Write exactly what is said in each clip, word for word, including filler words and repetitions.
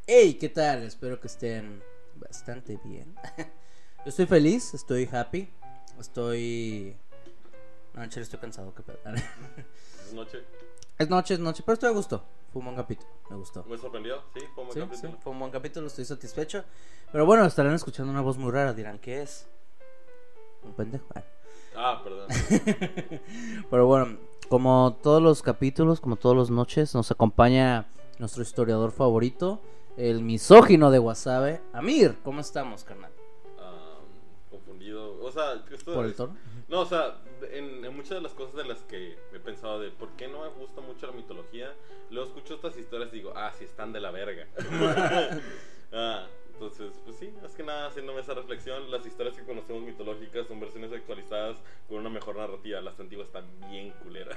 Hey, ¿qué tal? Espero que estén bastante bien. Yo estoy feliz, estoy happy, estoy... No, en serio estoy cansado, qué pedo. ¿Es noche? Es noche, es noche, pero estoy a gusto. Fue un buen capítulo, me gustó. ¿Me sorprendió? Sí, fue un buen Sí, capítulo. sí, fue un buen capítulo, estoy satisfecho. Pero bueno, estarán escuchando una voz muy rara, dirán, ¿qué es? Un pendejo. Bueno. Ah, perdón. Pero bueno, como todos los capítulos, como todas las noches, nos acompaña nuestro historiador favorito, el misógino de Wasabe, Amir. ¿Cómo estamos, carnal? Um, confundido. O sea, esto ¿Por el es- tono? No, o sea, en, en muchas de las cosas de las que he pensado de por qué no me gusta mucho la mitología, luego escucho estas historias y digo, ah, sí están de la verga. ah, entonces, pues sí, más que nada haciéndome esa reflexión, las historias que conocemos mitológicas son versiones actualizadas con una mejor narrativa, las antiguas están bien culeras.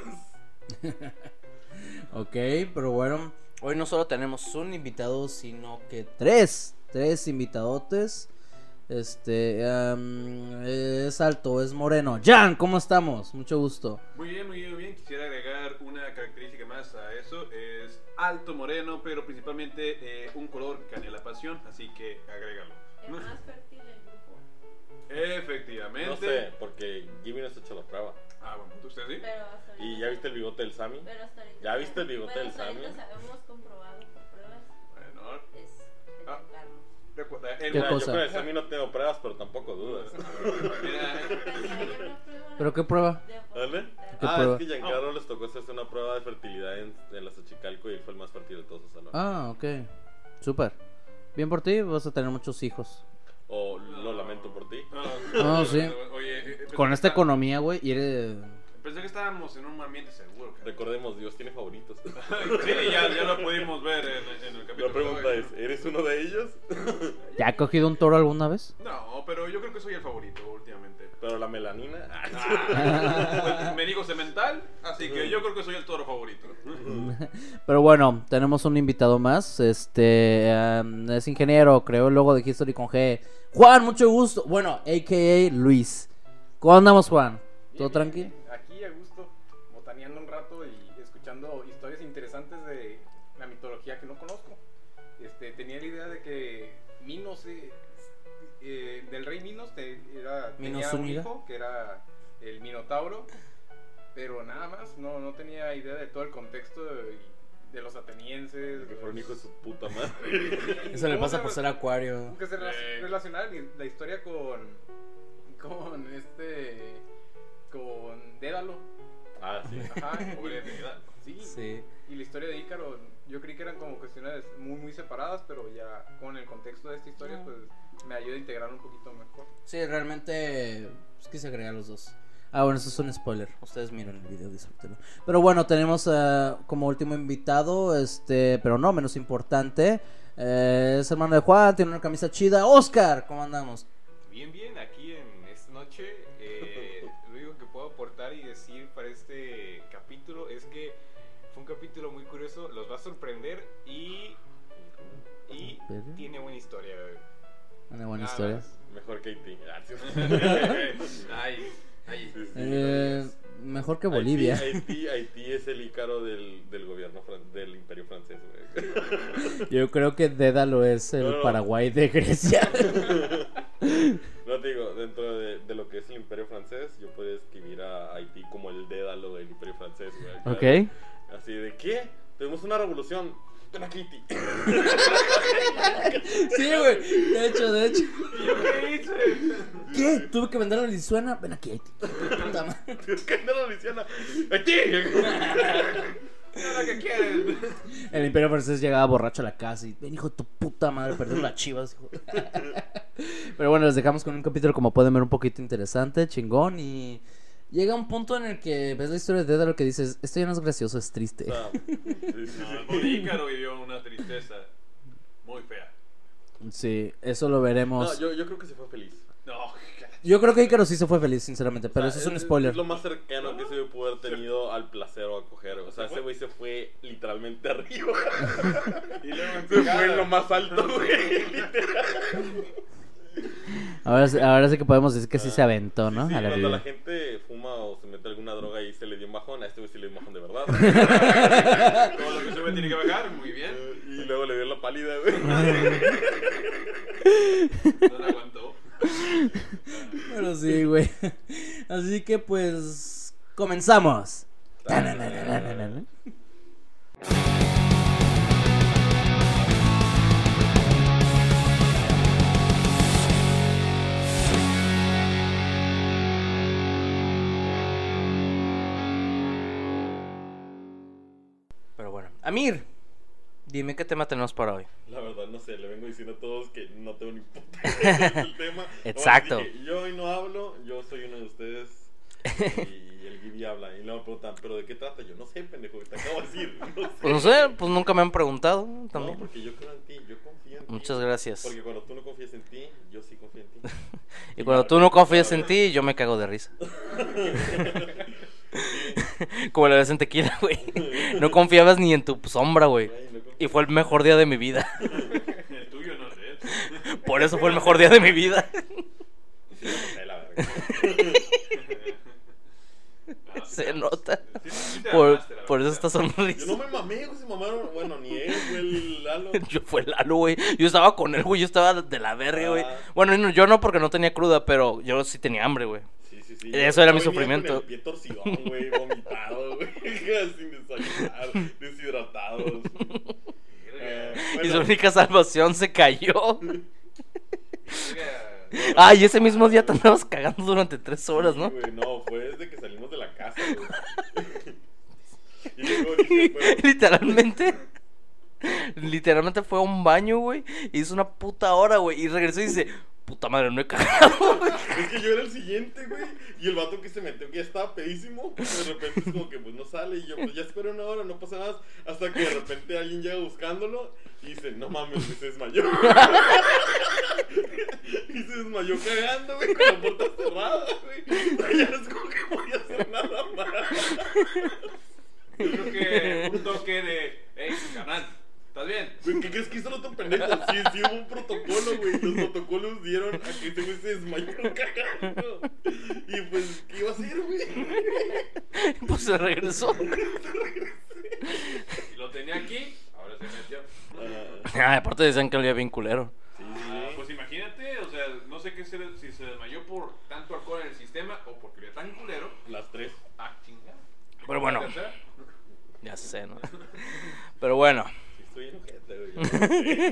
Ok, pero bueno, hoy no solo tenemos un invitado, sino que tres, tres invitadotes. Este, um, es alto, es moreno. Jan, ¿cómo estamos? Mucho gusto. Muy bien, muy bien, muy bien. Quisiera agregar una característica más a eso. Es alto, moreno, pero principalmente eh, un color canela pasión, así que agrégalo. El más fértil del grupo. Efectivamente. No sé, porque Jimmy nos echó la prueba. Ah, bueno, ¿usted sí? Pero hasta ahorita. ¿Y ya viste el bigote del Sammy? Pero hasta ahorita. ¿Ya viste el bigote pero del hasta Sammy? ahorita sabemos comprobado por pruebas. Bueno, Es Ah. vegetariano. recuerda. En ¿Qué Mira, cosa? yo con el Sammy no tengo pruebas, pero tampoco dudas. Mira, ¿Pero qué prueba? ¿Vale? ¿Qué Ah, prueba? es que Giancarlo les tocó hacerse una prueba de fertilidad en, en la Xochicalco y él fue el más fértil de todos su salón. Ah, ok. Súper. Bien por ti, vas a tener muchos hijos. O lo lamento por ti. No, sí. Oye, eh, pensé Con que esta está- economía, güey, y eres... Pensé que estábamos en un ambiente seguro. cara. Recordemos, Dios tiene favoritos. Sí, ya, ya lo pudimos ver en, en el capítulo. La pregunta de es, hoy. ¿eres uno de ellos? ¿Ya has cogido un toro alguna vez? No, pero yo creo que soy el favorito últimamente. Pero la melanina... Ah, pues, me digo semental, así que yo creo que soy el toro favorito. Pero bueno, tenemos un invitado más. Este um, es ingeniero, creó el logo de History con G. Juan, mucho gusto. Bueno, a k a. Luis. ¿Cómo andamos, Juan? ¿Todo Bien, tranquilo? bien, bien. Aquí a gusto, botaneando un rato y escuchando historias interesantes de la mitología que no conozco. Este, tenía la idea de que Minos, eh, eh, del rey Minos, te- era, Minos tenía un Zúñiga. hijo que era el Minotauro, pero nada más, no, no tenía idea de todo el contexto de, de los atenienses. Que fue un hijo de su puta madre. y Eso le cómo pasa se por re- ser acuario. Como que se re- Eh. relacionaba la- la historia con, con este, con Dédalo. Ah, sí. Ajá, Pobre y- de edad. sí, Sí. y la historia de Ícaro, yo creí que eran como cuestiones muy muy separadas, pero ya con el contexto de esta historia, Ah. pues me ayuda a integrar un poquito mejor. Sí, realmente pues quise agregar los dos. Ah, bueno, eso es un spoiler. Ustedes miren el video, disfrútenlo. Pero bueno, tenemos uh, como último invitado, este, pero no menos importante, eh, es hermano de Juan, tiene una camisa chida. Oscar, ¿cómo andamos? Bien, bien, aquí en esta noche eh, lo único que puedo aportar y decir para este capítulo es que fue un capítulo muy curioso, los va a sorprender y, y ¿Verdad? tiene buena historia. Una buena Nada historia. más. Mejor que Haití. Ah, sí. Ay, ay. Sí, sí. Eh, mejor que Bolivia. Haití, Haití, Haití es el Ícaro del, del gobierno fran- del imperio francés, güey. Yo creo que Dédalo es el No, no. Paraguay de Grecia. No te digo, dentro de, de lo que es el imperio francés, yo puedo escribir a Haití como el Dédalo del imperio francés, güey. Ok. Así de, ¿qué? Tenemos una revolución. Ven aquí, Haití. Sí, güey. De hecho, de hecho. ¿Yo qué hice? ¿Qué? Tuve que vender a Lizuana. Ven aquí, Haití. Puta madre. ¿Qué no lo decían? ¡Haití! Nada que quieren. El imperio francés llegaba borracho a la casa y ven, hijo de tu puta madre, perdieron las chivas, hijo. Pero bueno, les dejamos con un capítulo, como pueden ver, un poquito interesante, chingón. Y llega un punto en el que ves la historia de Dédalo que dices, esto ya no es gracioso, es triste. O sea, sí, sí, sí. No, el pobre Ícaro vivió una tristeza muy fea. Sí, eso lo veremos. No, yo, yo creo que se fue feliz. No, Yo creo que Ícaro sí se fue feliz, sinceramente, pero O sea, eso es un spoiler. Es lo más cercano que se pudo haber tenido al placer o a coger. O sea, ese güey se fue literalmente arriba. y luego en Se su fue en cara. lo más alto, güey. Ahora, sí- ahora sí que podemos decir que sí se aventó, ¿no? Sí, A la cuando vida. la gente fue fuma o se mete alguna droga y se le dio un bajón, a este güey sí le dio un bajón de verdad. Todo lo que sube tiene que bajar, muy bien. Y luego le dio la pálida, güey. No la aguantó. Pero sí, güey. Así que pues comenzamos. Pero bueno, Amir, dime qué tema tenemos para hoy. La verdad no sé, le vengo diciendo a todos que no tengo ni puta idea del tema. Exacto. Dije, yo hoy no hablo, yo soy uno de ustedes y el Gibi habla. Y luego me preguntan, ¿pero de qué trata? Yo no sé, pendejo, te acabo de decir. No sé. Pues no sé, pues nunca me han preguntado también. No, porque yo creo en ti, yo confío en ti. Muchas gracias. Porque cuando tú no confías en ti, yo sí confío en ti. Y cuando tú no confías en ti, yo me cago de risa. Como la vez en Tequila, güey. No confiabas ni en tu sombra, güey. Y fue el mejor día de mi vida. El tuyo no sé. Por eso fue el mejor día de mi vida. Sí, no sé, la verdad. No, Se sí, nota. sí, sí te Por, mamaste, la por eso verdad. está Yo no sonrisa. me mamé, güey, se mamaron. Bueno, ni él, fue el Lalo. Yo fue Lalo, güey. Yo estaba con él, güey. Yo estaba de la verga, güey. Ah. Bueno, no, yo no porque no tenía cruda, pero yo sí tenía hambre, güey. Sí, sí, sí. Eso era mi Yo venía sufrimiento. Con el pie torcidón, güey, vomitado, güey. Sin desayunar, deshidratados. Eh, Y bueno, su única salvación se cayó. Verga. Ay, ese mismo día te andabas cagando durante tres horas, sí, ¿no? güey, no, fue desde que salimos de la casa, güey. Y luego dije, bueno, Literalmente. Literalmente fue a un baño, güey. Hizo una puta hora, güey. Y regresó y dice, puta madre, no he cagado, güey. es que yo era el siguiente, güey. Y el vato que se metió, que ya estaba pedísimo, de repente es como que pues no sale. Y yo, pues ya espero una hora, no pasa nada. Hasta que de repente alguien llega buscándolo y dice, no mames, güey, se desmayó. Y se desmayó cagando, güey, con la puerta cerrada, güey. Ya no es como que podía hacer nada más. Yo creo que un toque de, hey, carnal, ¿estás bien? Güey, ¿qué crees que hizo el otro pendejo? Sí, sí hubo un protocolo, güey. Los protocolos dieron a que ese güey se desmayó cagando. Y pues, ¿qué iba a hacer, güey? Pues se regresó. Y lo tenía aquí, ahora se metió. Ah, Ah, aparte decían que olía bien culero. sí, Ah, sí. pues imagínate, o sea, no sé qué se, si se desmayó por tanto alcohol en el sistema o porque era tan culero. Las tres. Ah, chingada. Pero bueno. ¿La tercera? Ya sé, ¿no? Pero bueno. Sí, estoy enojete, güey.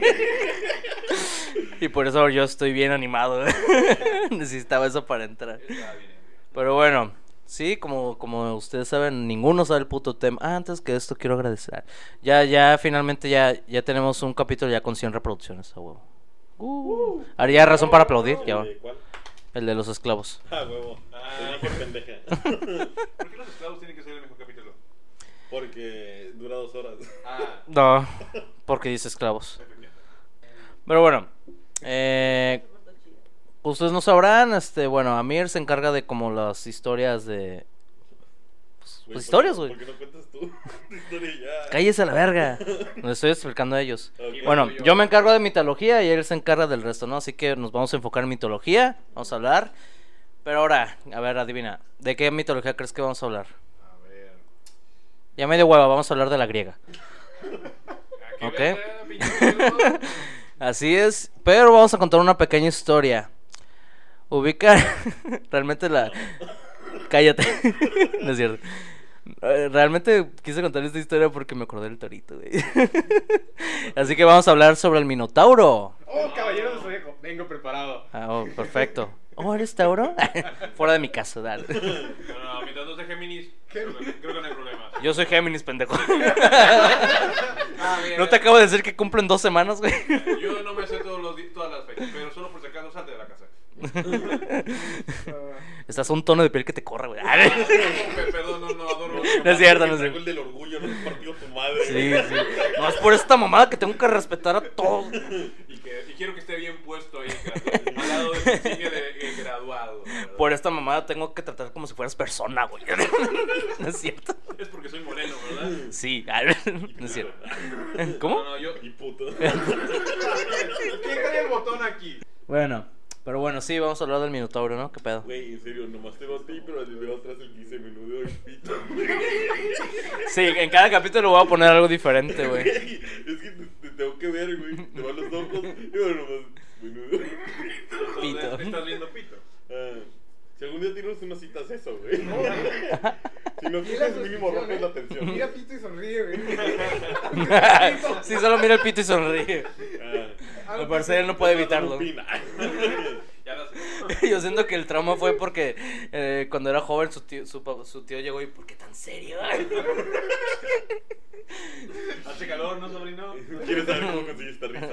Y por eso yo estoy bien animado. Necesitaba eso para entrar. Estaba bien, bien. Pero bueno, sí, como, como ustedes saben, ninguno sabe el puto tema. Ah, antes que esto quiero agradecer. Ya, ya, finalmente ya, ya tenemos un capítulo ya con cien reproducciones, a huevo. Uh. Ahora ya hay razón para aplaudir, ya va. ¿De cuál? El de los esclavos. Ah, huevo. Ah. Te dije pendeja. ¿Por qué los esclavos tienen que ser el mejor capítulo? Porque dura dos horas. Ah, No, porque dice esclavos. efectivamente. Pero bueno, eh, ustedes no sabrán, este, bueno, Amir se encarga de como las historias de... Pues, Güey, pues historias, ¿por güey. qué- ¿Por qué no cuentas tú tu historia ya? Cállese a la verga. Les estoy explicando a ellos. Ok. Bueno, yo me encargo de mitología y él se encarga del resto, ¿no? Así que nos vamos a enfocar en mitología, vamos a hablar. Pero ahora, a ver, adivina, ¿de qué mitología crees que vamos a hablar? A ver. Ya medio hueva, vamos a hablar de la griega. ¿A Ok. qué verga, pinche pedo? Así es, pero vamos a contar una pequeña historia. Ubica realmente la... Cállate. No es cierto. Eh, Realmente quise contar esta historia porque me acordé del torito, güey. Así que vamos a hablar sobre el Minotauro. Oh, caballero de Zodíaco, vengo preparado. Ah, oh, perfecto. Oh, ¿eres Tauro? Fuera de mi casa, dale. No, no, mientras no sea Géminis, creo, que- creo que no hay problema. Yo soy Géminis, pendejo. Ah, bien, ¿No te acabo de decir que cumplen dos semanas, güey? Yo no me sé todos los di- todas las fechas, pero solo por si acaso salte de la casa. Estás a un tono de piel que te corre, güey. Pe- Perdón, no, no, adoro. No es cierto, no Que es traigo cierto. el del orgullo, no he partido tu madre. Sí, sí. No es por esta mamada que tengo que respetar a todos. Y, que, y quiero que esté bien puesto ahí, graduado, al lado de su insignia de eh, graduado. la verdad. Por esta mamada tengo que tratar como si fueras persona, güey. No es cierto. Es porque soy moreno, ¿verdad? Sí, no es cierto. ¿Cómo? No, no, yo. Y puto. ¿Quién trae el botón aquí? Bueno, Pero bueno, sí, vamos a hablar del Minotauro, ¿no? ¿Qué pedo? Güey, en serio, nomás te veo a ti, pero le veo atrás el que dice menudo y pito. Sí, en cada capítulo voy a poner algo diferente, güey. Es que te, te tengo que ver, güey. Te van los ojos y bueno, nomás menudo. Pito. Entonces, estás viendo pito. Ah, si algún día tienes una cita, haz eso, güey. No, güey. Si no Mira quieres, mínimo rompes la atención. Mira Pito y sonríe, güey. Sí, solo mira el pito y sonríe. Ah, Al parecer él no puede evitarlo. Lupina. Ya lo sé. Yo siento que el trauma fue porque eh, cuando era joven su tío, su, pa- su tío llegó y ¿por qué tan serio? Hace calor, ¿no, sobrino? ¿Quieres saber cómo conseguí esta risa?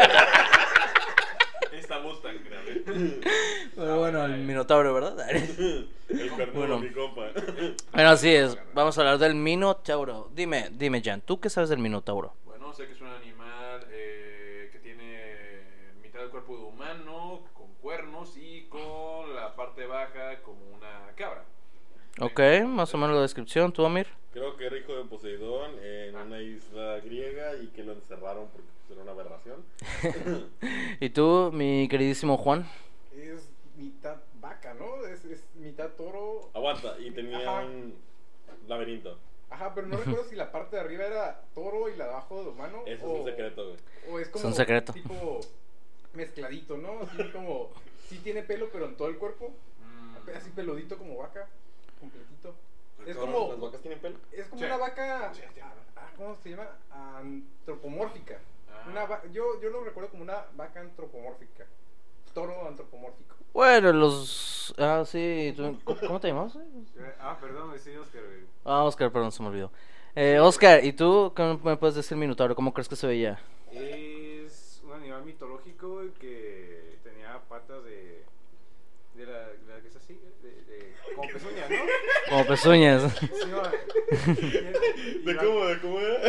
Esta voz tan grave. Pero bueno, el Minotauro, ¿verdad? El pernudo, Bueno. mi compa. Bueno, así es. Vamos a hablar del Minotauro. Dime, dime, Jan, ¿tú qué sabes del Minotauro? Bueno, sé que es un animal eh, que tiene mitad del cuerpo de humano, con cuernos y con la parte baja como una cabra. Ok, más o menos la descripción. ¿Tú, Amir? Creo que era hijo de Poseidón en una isla griega y que lo encerraron porque pues, era una aberración. ¿Y tú, mi queridísimo Juan? Es mitad vaca, ¿no? Es, es mitad toro. Aguanta, y tenía Ajá. un laberinto. Ajá, pero no recuerdo si la parte de arriba era toro y la de abajo de humano. Eso o, es un secreto, güey. O es como Es un secreto. tipo mezcladito, ¿no? Así como, sí tiene pelo, pero en todo el cuerpo. Mm. Así peludito como vaca, completito. Es Cabrón, como, ¿las vacas tienen pelo? es como Sí. una vaca, Sí, sí. ah, ¿cómo se llama? Antropomórfica. Ah. Una va- yo, yo lo recuerdo como una vaca antropomórfica. Toro antropomórfico. Bueno, los... Ah, sí. ¿tú- ¿Cómo cómo te llamas? Ah, perdón, sí, Oscar, güey. Ah, Oscar, perdón, se me olvidó. Eh, Oscar, ¿y tú qué me puedes decir Minotauro? ¿Cómo crees que se veía? Es un animal mitológico güey, que tenía patas de. de la, de la que es así, de, de, como pezuñas, ¿no? Como pezuñas. Sí, va. Y- y ¿De la- cómo? ¿De cómo era?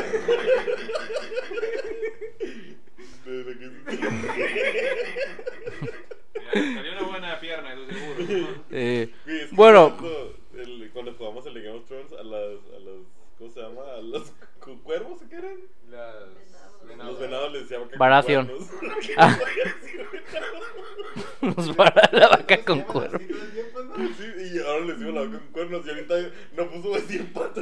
De, de que... Mira, salió una buena pierna, eso seguro. Eh, Güey, es que Bueno. Cuando, el- cuando jugamos el de Game of Thrones, a las, a las, ¿cómo se llama? A los cu- cuervos, ¿qué eran? Las. Venados. Los venados les decían vaca con Baratheon. cuernos. Ah. Nos para la vaca con cuerno. Sí, y ahora les digo la vaca con cuernos y ahorita no puso de cien patas.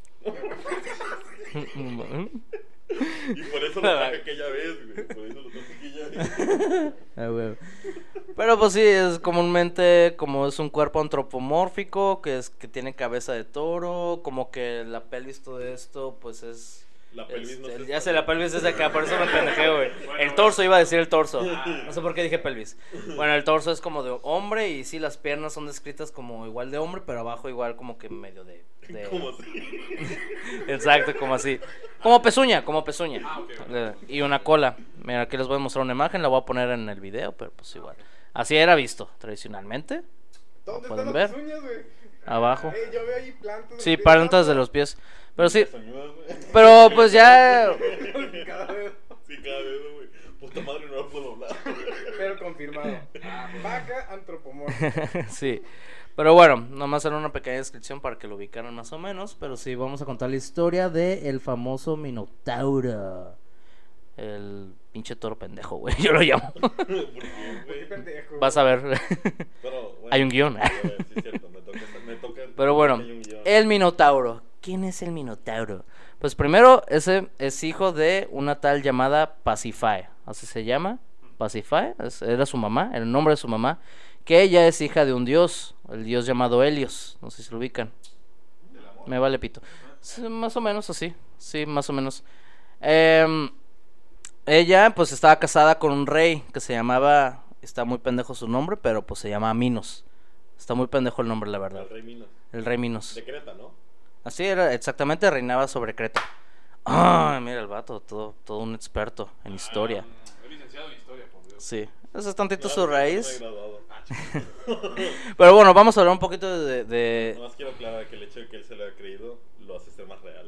Y por eso lo traje aquella vez, güey. Por eso lo traje aquella vez. Ah, güey. Pero pues sí, es comúnmente como es un cuerpo antropomórfico, que es que tiene cabeza de toro, como que la pelvis todo esto, pues es... La pelvis este, no se ya está- sé, la pelvis es de acá, por eso me pendejé, güey. El torso, iba a decir el torso. No sé por qué dije pelvis. Bueno, el torso es como de hombre y sí, las piernas son descritas como igual de hombre, pero abajo igual como que medio de... de... ¿Cómo así? Exacto, como así. Como pezuña, como pezuña. Ah, ok, ok. Eh, Y una cola. Mira, aquí les voy a mostrar una imagen, la voy a poner en el video, pero pues igual. Así era visto tradicionalmente. ¿Dónde ¿Pueden están las ver? uñas, güey? Abajo. Eh, yo veo ahí plantas. Sí, plantas de los pies. Pero sí, Soñudas, güey. pero pues ya... Cada vez. Sí, cada vez, güey. Puta madre, no la puedo hablar. Pero confirmado. Vaca antropomórfica. Sí. Pero bueno, nomás era una pequeña descripción para que lo ubicaran más o menos. Pero sí, vamos a contar la historia de el famoso Minotauro. El pinche toro pendejo, güey. Yo lo llamo. ¿Por qué, Qué güey? pendejo. Vas a ver. Pero, bueno, Hay un guión. a ver, sí, es cierto, me toca. Me toca Pero bueno, hay un guión. el Minotauro. ¿Quién es el Minotauro? Pues primero, ese es hijo de una tal llamada Pasífae. Así se llama. Pasífae. es- Era su mamá, el nombre de su mamá. Que ella es hija de un dios. El dios llamado Helios. No sé si lo ubican. Me vale pito. Sí, más o menos así. Sí, más o menos. Em, ella pues estaba casada con un rey que se llamaba... Está muy pendejo su nombre, pero pues se llama Minos. Está muy pendejo el nombre, la verdad. El rey Minos. El rey Minos. De Creta, ¿no? Así era, exactamente, reinaba sobre Creta. Ah, mira el vato, todo, todo un experto en historia. Ah, es licenciado en historia, por Dios. Sí, esa es tantito Claro, su no me he raíz. graduado. Pero bueno, vamos a hablar un poquito de... de- Nomás quiero aclarar que el hecho de que él se lo haya creído lo hace ser más real.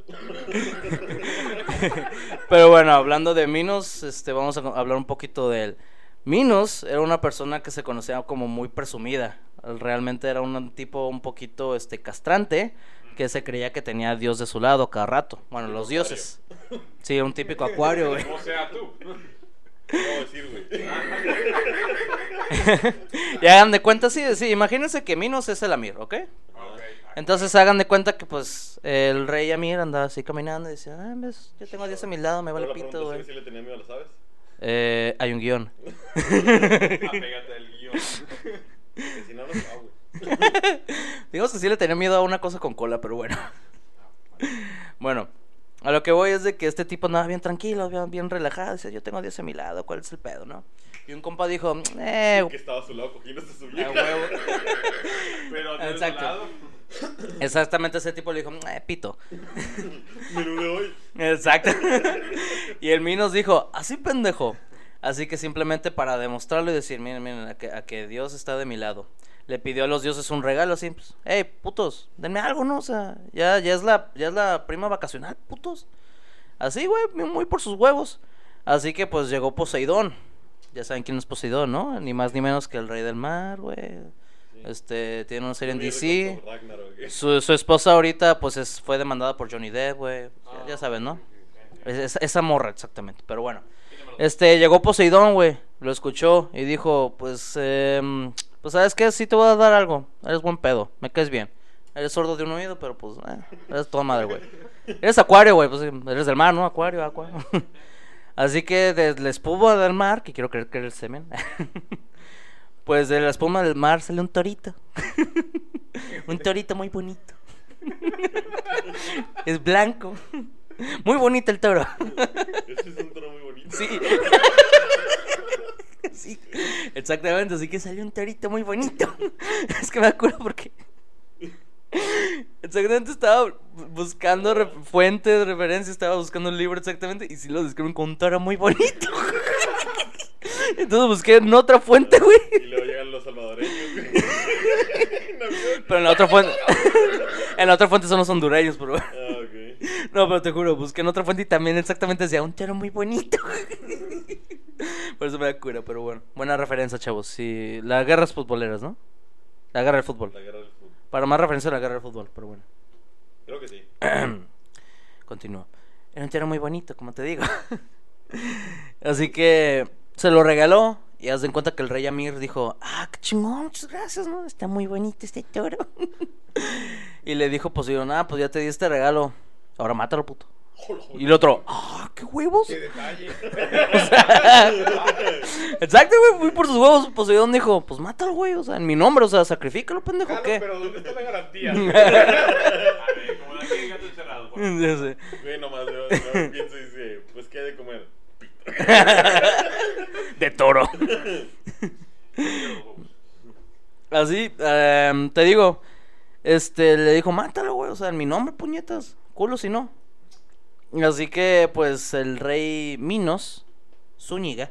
Pero bueno, hablando de Minos, este, vamos a co- hablar un poquito de él. Minos era una persona que se conocía como muy presumida. Realmente era un tipo un poquito este, castrante, que se creía que tenía a Dios de su lado cada rato. Bueno, los dioses. Sí, un típico acuario, güey. O sea, tú. No puedo decir, güey. Y hagan de cuenta, sí, sí, imagínense que Minos es el Amir, ¿ok? Ok. Entonces hagan de cuenta que pues el rey Amir andaba así caminando y decía, ah, ves, yo tengo a Dios a mi lado, me vale Pero la pito, pregunta güey. es si le tenía miedo a las aves. Eh, hay un guión. Apégate al guión. Que si no, no ah, güey. Digamos que sí le tenía miedo a una cosa con cola, pero bueno. Bueno, a lo que voy es de que este tipo andaba bien tranquilo, bien, bien relajado. Dice, yo tengo a Dios a mi lado, ¿cuál es el pedo, no? Y un compa dijo, eh, Que estaba a su lado cogiéndose su a vieja. huevo. Pero a tu Exacto. lado. Exactamente, ese tipo le dijo, eh, pito. Menú de hoy. Exacto. Y el Minos dijo, así pendejo. Así que simplemente para demostrarlo y decir, miren, miren, a que, a que Dios está de mi lado. Le pidió a los dioses un regalo así, pues, hey, putos, denme algo, ¿no? O sea, ya, ya es la, ya es la prima vacacional, putos. Así, güey, muy por sus huevos. Así que pues llegó Poseidón. Ya saben quién es Poseidón, ¿no? Ni más ni menos que el rey del mar, güey. Este, tiene una serie en D C. Su, su esposa ahorita, pues, es, fue demandada por Johnny Depp, güey. Ya, ya saben, ¿no? Es, es- esa morra, exactamente. Pero bueno. Este, llegó Poseidón, güey. Lo escuchó y dijo, pues, eh, pues, ¿sabes qué? Sí te voy a dar algo. Eres buen pedo, me caes bien. Eres sordo de un oído, pero pues, eh, eres toda madre, güey. Eres acuario, güey, pues, eres del mar, ¿no? Acuario, acuario. Así que de la espuma del mar, que quiero creer que era el semen. Pues de la espuma del mar sale un torito. Un torito muy bonito. Es blanco. Muy bonito el toro. Ese es un tono muy bonito. Sí. Sí, exactamente, así que salió un torito muy bonito. Es que me acuerdo porque exactamente estaba buscando re- fuente de referencia, estaba buscando un libro exactamente y sí lo describen con un toro muy bonito. Entonces busqué en otra fuente, güey. Y luego llegan los salvadoreños, güey. En avión. Pero en la otra fuente en la otra fuente son los hondureños, pero Ah, ok. no, pero te juro, busqué en otra fuente y también exactamente decía un toro muy bonito. Por eso me da cura, pero bueno. Buena referencia, chavos. Sí, las guerras futboleras, ¿no? La guerra del fútbol. La guerra del fútbol. Para más referencia a la guerra del fútbol, pero bueno. Creo que sí. Continúa. Era un toro muy bonito, como te digo. Así que se lo regaló. Y haz de cuenta que el rey Amir dijo, ah, qué chingón, muchas gracias, ¿no? Está muy bonito este toro. Y le dijo Poseidón, ah, pues ya te di este regalo. Ahora mátalo, puto. Y el otro, ah, qué huevos. Qué detalle. Exacto, güey, fui por sus huevos. Poseidón dijo, pues mátalo, güey, o sea, en mi nombre, o sea, sacrifícalo, pendejo, Jalo, ¿qué? pero ¿dónde está la garantía? A ver, como la que gato encerrado. por favor. Ya sé. Güey, nomás yo, yo pienso y dice, pues ¿qué hay de comer? De toro. Así, em, te digo, este, le dijo, mátalo, güey, o sea, en mi nombre, puñetas, culo si no. Así que, pues, el rey Minos, Zúñiga,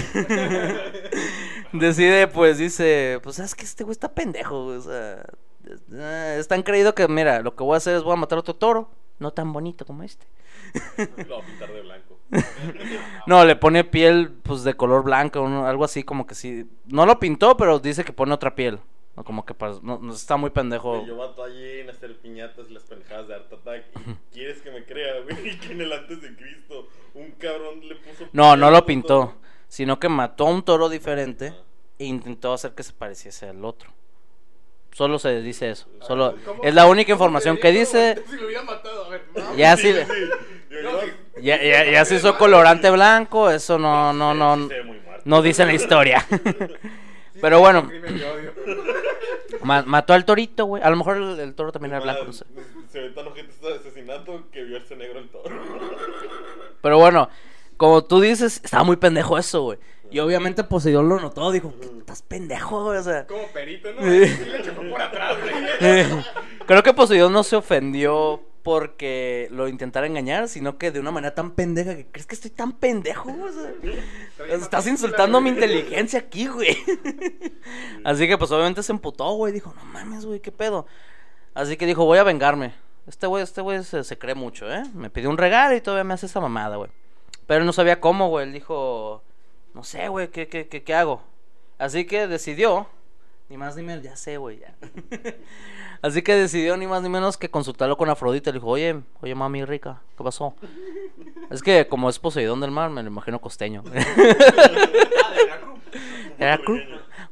decide, pues, dice, pues, es que este güey está pendejo, güey, o sea, es, eh, es tan creído que, mira, lo que voy a hacer es voy a matar otro toro, no tan bonito como este. Lo va a pintar de blanco. No, le pone piel, pues, de color blanco, ¿no? Algo así como que sí. No lo pintó, pero dice que pone otra piel. ¿No? Como que para- no, no, está muy pendejo. Güey, yo mato allí en hacer piñatas y las pendejadas de Art Attack. Y quieres que me crea, güey, que en el antes de Cristo un cabrón le puso. No, no piel lo a pintó, todo. sino que mató a un toro diferente e intentó hacer que se pareciese al otro. Solo se dice eso. Solo ¿Cómo- es la única cómo información te que digo, dice. güey? Si lo hubiera matado, a ver. ¿no? Ya Sí, sí, sí. Yo, yo, ya, ya, ya se hizo colorante blanco, eso no, no, no, sí se ve muy muerto. no dice en la historia. Sí, Pero sí, bueno, crimen de odio. ma- mató al torito, güey. A lo mejor el, el toro también era Más, blanco, no sé. Se ve tan ojete este asesinato que vio ese negro el toro. Pero bueno, como tú dices, estaba muy pendejo eso, güey. Y obviamente Poseidón lo notó, dijo, "¿Qué, estás pendejo, güey", o sea. Como perito, ¿no? Sí le chocó por atrás, güey. Eh, Creo que Poseidón no se ofendió porque lo intentara engañar, sino que de una manera tan pendeja que crees que estoy tan pendejo, güey? O sea, estás insultando mi inteligencia aquí, güey. Así que pues obviamente se emputó, güey, dijo, no mames, güey, qué pedo. Así que dijo, voy a vengarme. Este güey, este güey se, se cree mucho, ¿eh? Me pidió un regalo y todavía me hace esa mamada, güey. Pero él no sabía cómo, güey. Él dijo, no sé, güey, ¿qué, qué, qué, qué hago? Así que decidió, ni más ni menos, ya sé, güey, ya. Así que decidió ni más ni menos que consultarlo con Afrodita. Le dijo, oye, oye, mami rica, ¿qué pasó? Es que como es Poseidón del mar, me lo imagino costeño. Ah, de Veracruz. Veracruz,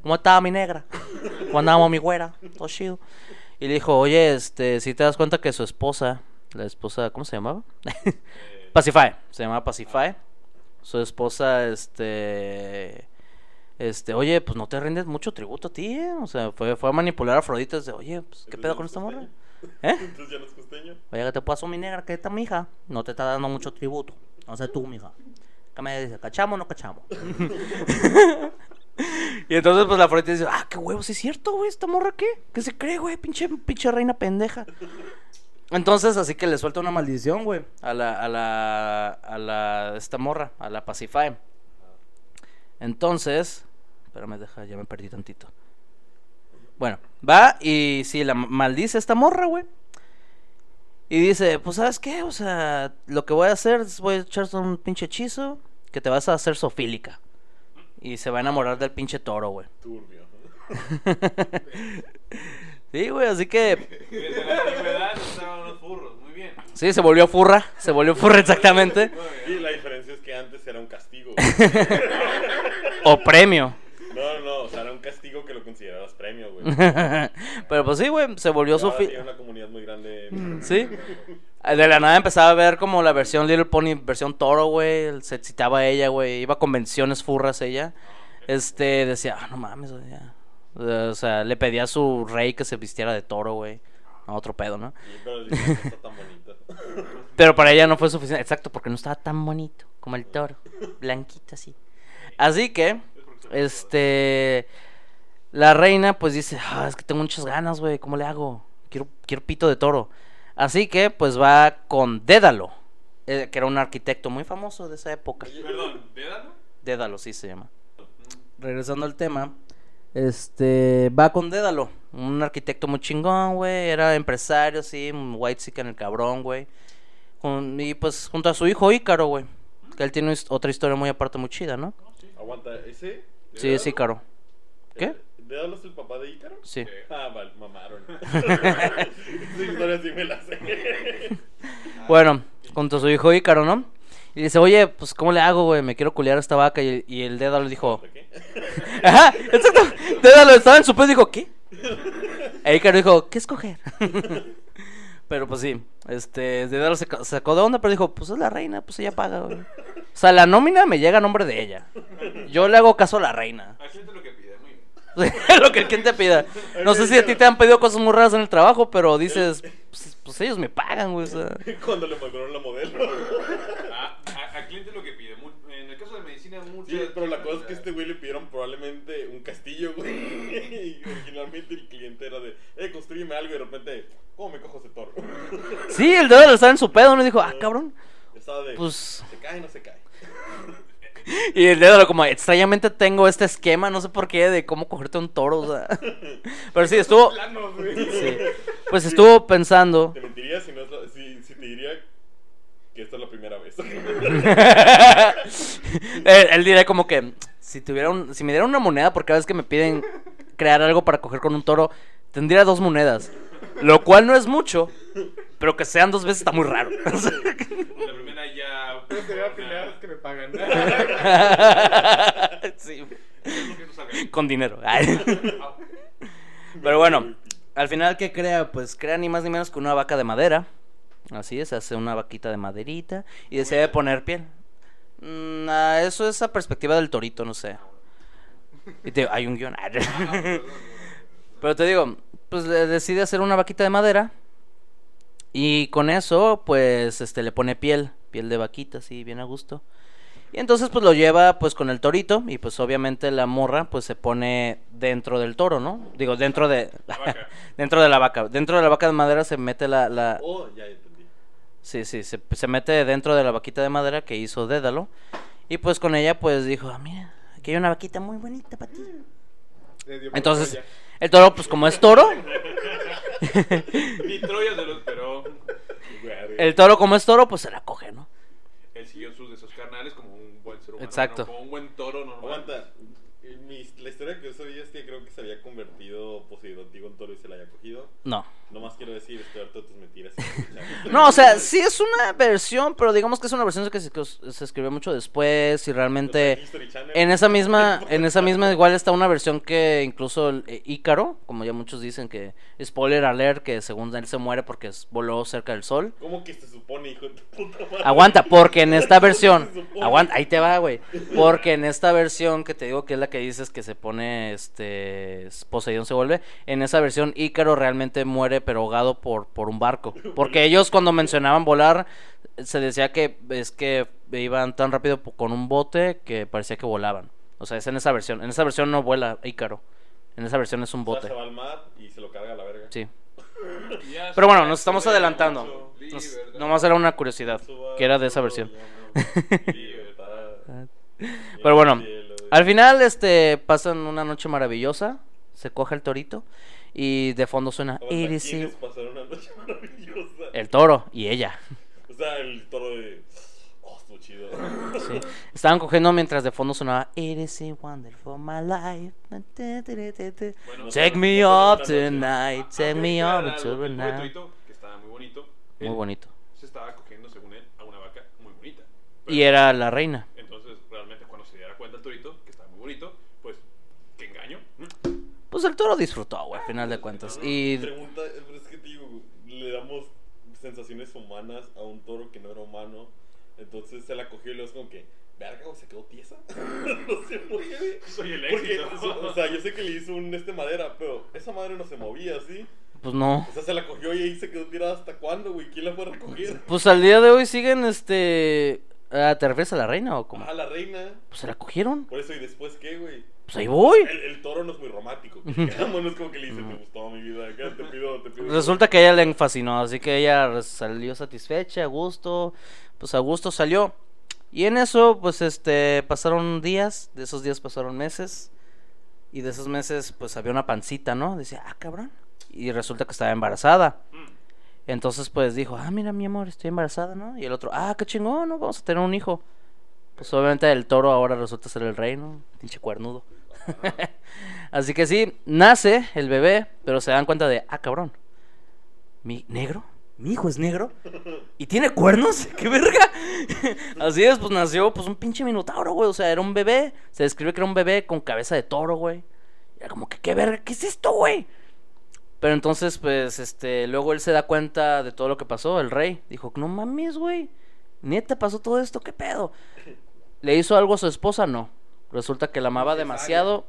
¿cómo estaba mi negra? ¿Cómo andábamos mi güera? Todo chido. Y le dijo, oye, este, si te das cuenta que su esposa, la esposa, ¿cómo se llamaba? Pacify, se llamaba Pacify. Su esposa, este, este, oye, pues no te rindes mucho tributo a ti, ¿eh? O sea, fue, fue a manipular a Afrodita, de, oye, pues, ¿qué pedo con esta morra? ¿Eh? Entonces ya no es costeño. Oye, ¿qué te pasó, mi negra? ¿Qué está, mija? No te está dando mucho tributo. No sé tú, mija. ¿Qué me dice? ¿Cachamos o no cachamos? Y entonces, pues, la Afrodita dice, ah, qué huevo, sí es cierto, güey, ¿esta morra qué? ¿Qué se cree, güey? Pinche, pinche reina pendeja. Entonces, así que le suelta una maldición, güey, a la, a la, a la, esta morra, a la Pacify. Entonces, espérame, deja, ya me perdí tantito. Bueno, va y sí, la maldice a esta morra, güey. Y dice, pues, ¿sabes qué? O sea, lo que voy a hacer es voy a echarte un pinche hechizo que te vas a hacer sofílica. Y se va a enamorar del pinche toro, güey. Turbio. Sí, güey, así que... Desde la antigüedad estaban unos furros, muy bien. Sí, se volvió furra, se volvió furra exactamente. Y la diferencia es que antes era un castigo. O premio. No, no, o sea, era un castigo que lo considerabas premio, güey. Pero pues sí, güey, se volvió Ahora Sofi... tiene una comunidad muy grande. Sí. De la nada empezaba a ver como la versión Little Pony, versión toro, güey. Se excitaba a ella, güey. Iba a convenciones furras ella. Este, decía, ah, no mames, güey, ya. O sea, le pedía a su rey que se vistiera de toro, güey. No, otro pedo, ¿no? Sí, pero el diseño no está tan bonito. Pero para ella no fue suficiente. Exacto, porque no estaba tan bonito como el toro. Blanquito así. Así que, este... la reina pues dice, ah, es que tengo muchas ganas, güey. ¿Cómo le hago? Quiero, quiero pito de toro. Así que, pues va con Dédalo, eh, que era un arquitecto muy famoso de esa época. Perdón, ¿Dédalo? Dédalo, sí se llama. Regresando al tema, este, va con Dédalo, un arquitecto muy chingón, güey, era empresario, sí, un white en el cabrón, güey. Con, y pues junto a su hijo Ícaro, güey, que él tiene otra historia muy aparte, muy chida, ¿no? Aguanta, ¿ese? Sí, es Ícaro. ¿Qué? ¿Dédalo es el papá de Ícaro? Sí. Ah, vale, mamaron. Esa historia sí me la sé. Bueno, junto a su hijo Ícaro, ¿no? Y dice, oye, pues, ¿cómo le hago, güey? Me quiero culiar a esta vaca. Y, y el Dédalo dijo... ¿Qué? Ajá, exacto. Dédalo estaba en su pedo y dijo, ¿qué? E Ícaro dijo, ¿qué escoger? Pero pues sí, este, Dédalo se ca- sacó de onda, pero dijo, pues es la reina, pues ella paga, güey. O sea, la nómina me llega a nombre de ella. Yo le hago caso a la reina. Aquí es lo que pide, muy bien. Lo que el quien te pida. No sé si a ti te han pedido cosas muy raras en el trabajo, pero dices, pues, pues ellos me pagan, güey. O sea. Cuando le mandaron la modelo. A, a, a cliente lo que pide. Mu- En el caso de medicina, muchas. Sí, pero la cosa es que este güey le pidieron probablemente un castillo, güey. Y originalmente el cliente era de, eh, construyeme algo. Y de repente, ¿cómo me cojo ese toro? Sí, el Dédalo estaba en su pedo, ¿no? Y dijo, ah, cabrón. Estaba de, Pues. ¿se cae o no se cae? Y el Dédalo como, extrañamente tengo este esquema, no sé por qué, de cómo cogerte un toro, o sea. Pero sí, estuvo. Planos, güey. Sí. Pues estuvo pensando. Te mentiría si, no es la- si, si te diría que esta es la primera vez. él, él diría como que si tuviera un, si me diera una moneda por cada vez que me piden crear algo para coger con un toro, tendría dos monedas, lo cual no es mucho, pero que sean dos veces está muy raro. O sea, La primera ya. Pero sería la primera vez que me pagan. sí, Es lo que no salga. con dinero. Ay. Pero bueno, al final, ¿qué crea? Pues crea ni más ni menos que una vaca de madera. Así es, hace una vaquita de maderita y decide poner piel. Mm, ah, eso es a perspectiva del torito, no sé. Y te digo, hay un guión. Pero te digo, pues le decide hacer una vaquita de madera. Y con eso, pues, este, le pone piel, piel de vaquita, así, bien a gusto. Y entonces, pues, lo lleva, pues, con el torito. Y, pues, obviamente, la morra, pues, se pone dentro del toro, ¿no? Digo, dentro de... La vaca. dentro de la vaca. Dentro de la vaca de madera se mete la... la... Oh, ya entendí. Sí, sí, se, se mete dentro de la vaquita de madera que hizo Dédalo. Y, pues, con ella, pues, dijo, ah, mira, aquí hay una vaquita muy bonita para ti. Le dio por Entonces, Troya. el toro, pues, como es toro... Ni Troya se lo esperó. el toro, como es toro, pues, se la coge, ¿no? Él siguió sus de sus carnales como un buen ser humano. Exacto. ¿no? Como un buen toro normal. Aguanta. mi, la historia que yo sabía es que creo que se había convertido Poseidón Tigo en toro y se la haya cogido. No. Nomás quiero decir, estoy harto de tus mentiras. No, o sea, sí es una versión, pero digamos que es una versión que se, que se escribió mucho después y realmente History Channel. en esa misma en esa misma igual está una versión que incluso el, eh, Ícaro, como ya muchos dicen que spoiler alert, que según él se muere porque es- voló cerca del sol. ¿Cómo que se supone, hijo de tu puta madre? Aguanta, porque en esta versión, Se supone. aguanta, ahí te va, güey. Porque en esta versión que te digo que es la que dices que se pone, este, Poseidón se vuelve, en esa versión Ícaro realmente muere pero ahogado por, por un barco. Porque ellos cuando mencionaban volar, se decía que es que iban tan rápido po- con un bote que parecía que volaban. O sea, es en esa versión. En esa versión no vuela Ícaro. En esa versión es un O sea, bote. se va al mar y se lo carga a la verga. Sí. Ya Pero bueno, se nos estamos mucho, adelantando. sí, Nos- ¿verdad? nomás era una curiosidad, Suba, que era de esa todo, versión. llama, libertad. Pero bueno, Cielo, al final, este, pasan una noche maravillosa, se coge el torito y de fondo suena Aguanta, Iris, ¿quiénes pasaron una noche maravillosa? el toro y ella. O sea, el toro de... Oh, estuvo chido. Sí. Estaban cogiendo mientras de fondo sonaba It is a wonderful my life. Bueno, Take me no, up no, no, tonight, take me up Era into algo the que fue night. Torito, que estaba muy bonito. Muy Él bonito. Se estaba cogiendo, según él, a una vaca muy bonita. Pero- Y era la reina. Entonces, realmente, cuando se diera cuenta el torito, que estaba muy bonito, pues, ¿qué engaño? Pues el toro disfrutó, güey, al final de cuentas. Y Pregunta, pero es que te digo, le damos sensaciones humanas a un toro que no era humano. Entonces se la cogió y luego es como que, verga, güey, se quedó tiesa. No se mueve. Soy el Porque, éxito. o sea, yo sé que le hizo un este madera, pero esa madre no se movía, ¿sí? pues no. O sea, se la cogió y ahí se quedó tirada hasta cuándo, güey. ¿Quién la fue a recoger? Pues al día de hoy siguen, este... ah, ¿te refieres a la reina o cómo? Ah, la reina. Pues se la cogieron. Por eso, ¿y después qué, güey? Pues ahí voy. El, el toro no es muy romántico. No es como que le dice, te gustó mi vida, acá te pido, te pido. Resulta que a ella le fascinó, así que ella salió satisfecha, a gusto, pues a gusto salió. Y en eso, pues este, pasaron días, de esos días pasaron meses, y de esos meses, pues había una pancita, ¿no? Decía, ah, cabrón. Y resulta que estaba embarazada. Entonces, pues dijo, ah, mira, mi amor, estoy embarazada, ¿no? Y el otro, ah, qué chingón, ¿no? Vamos a tener un hijo. Pues obviamente el toro ahora resulta ser el rey, ¿no? Pinche cuernudo. Así que sí, nace el bebé, pero se dan cuenta de, ah, cabrón, ¿mi negro? ¿Mi hijo es negro? ¿Y tiene cuernos? ¡Qué verga! Así es, pues nació pues un pinche minotauro, güey. O sea, era un bebé. Se describe que era un bebé con cabeza de toro, güey. Era como que, ¿qué verga? ¿Qué es esto, güey? Pero entonces, pues, este, luego él se da cuenta de todo lo que pasó, el rey. Dijo, no mames, güey. ¿Neta pasó todo esto? ¿Qué pedo? ¿Le hizo algo a su esposa? No. Resulta que la amaba demasiado.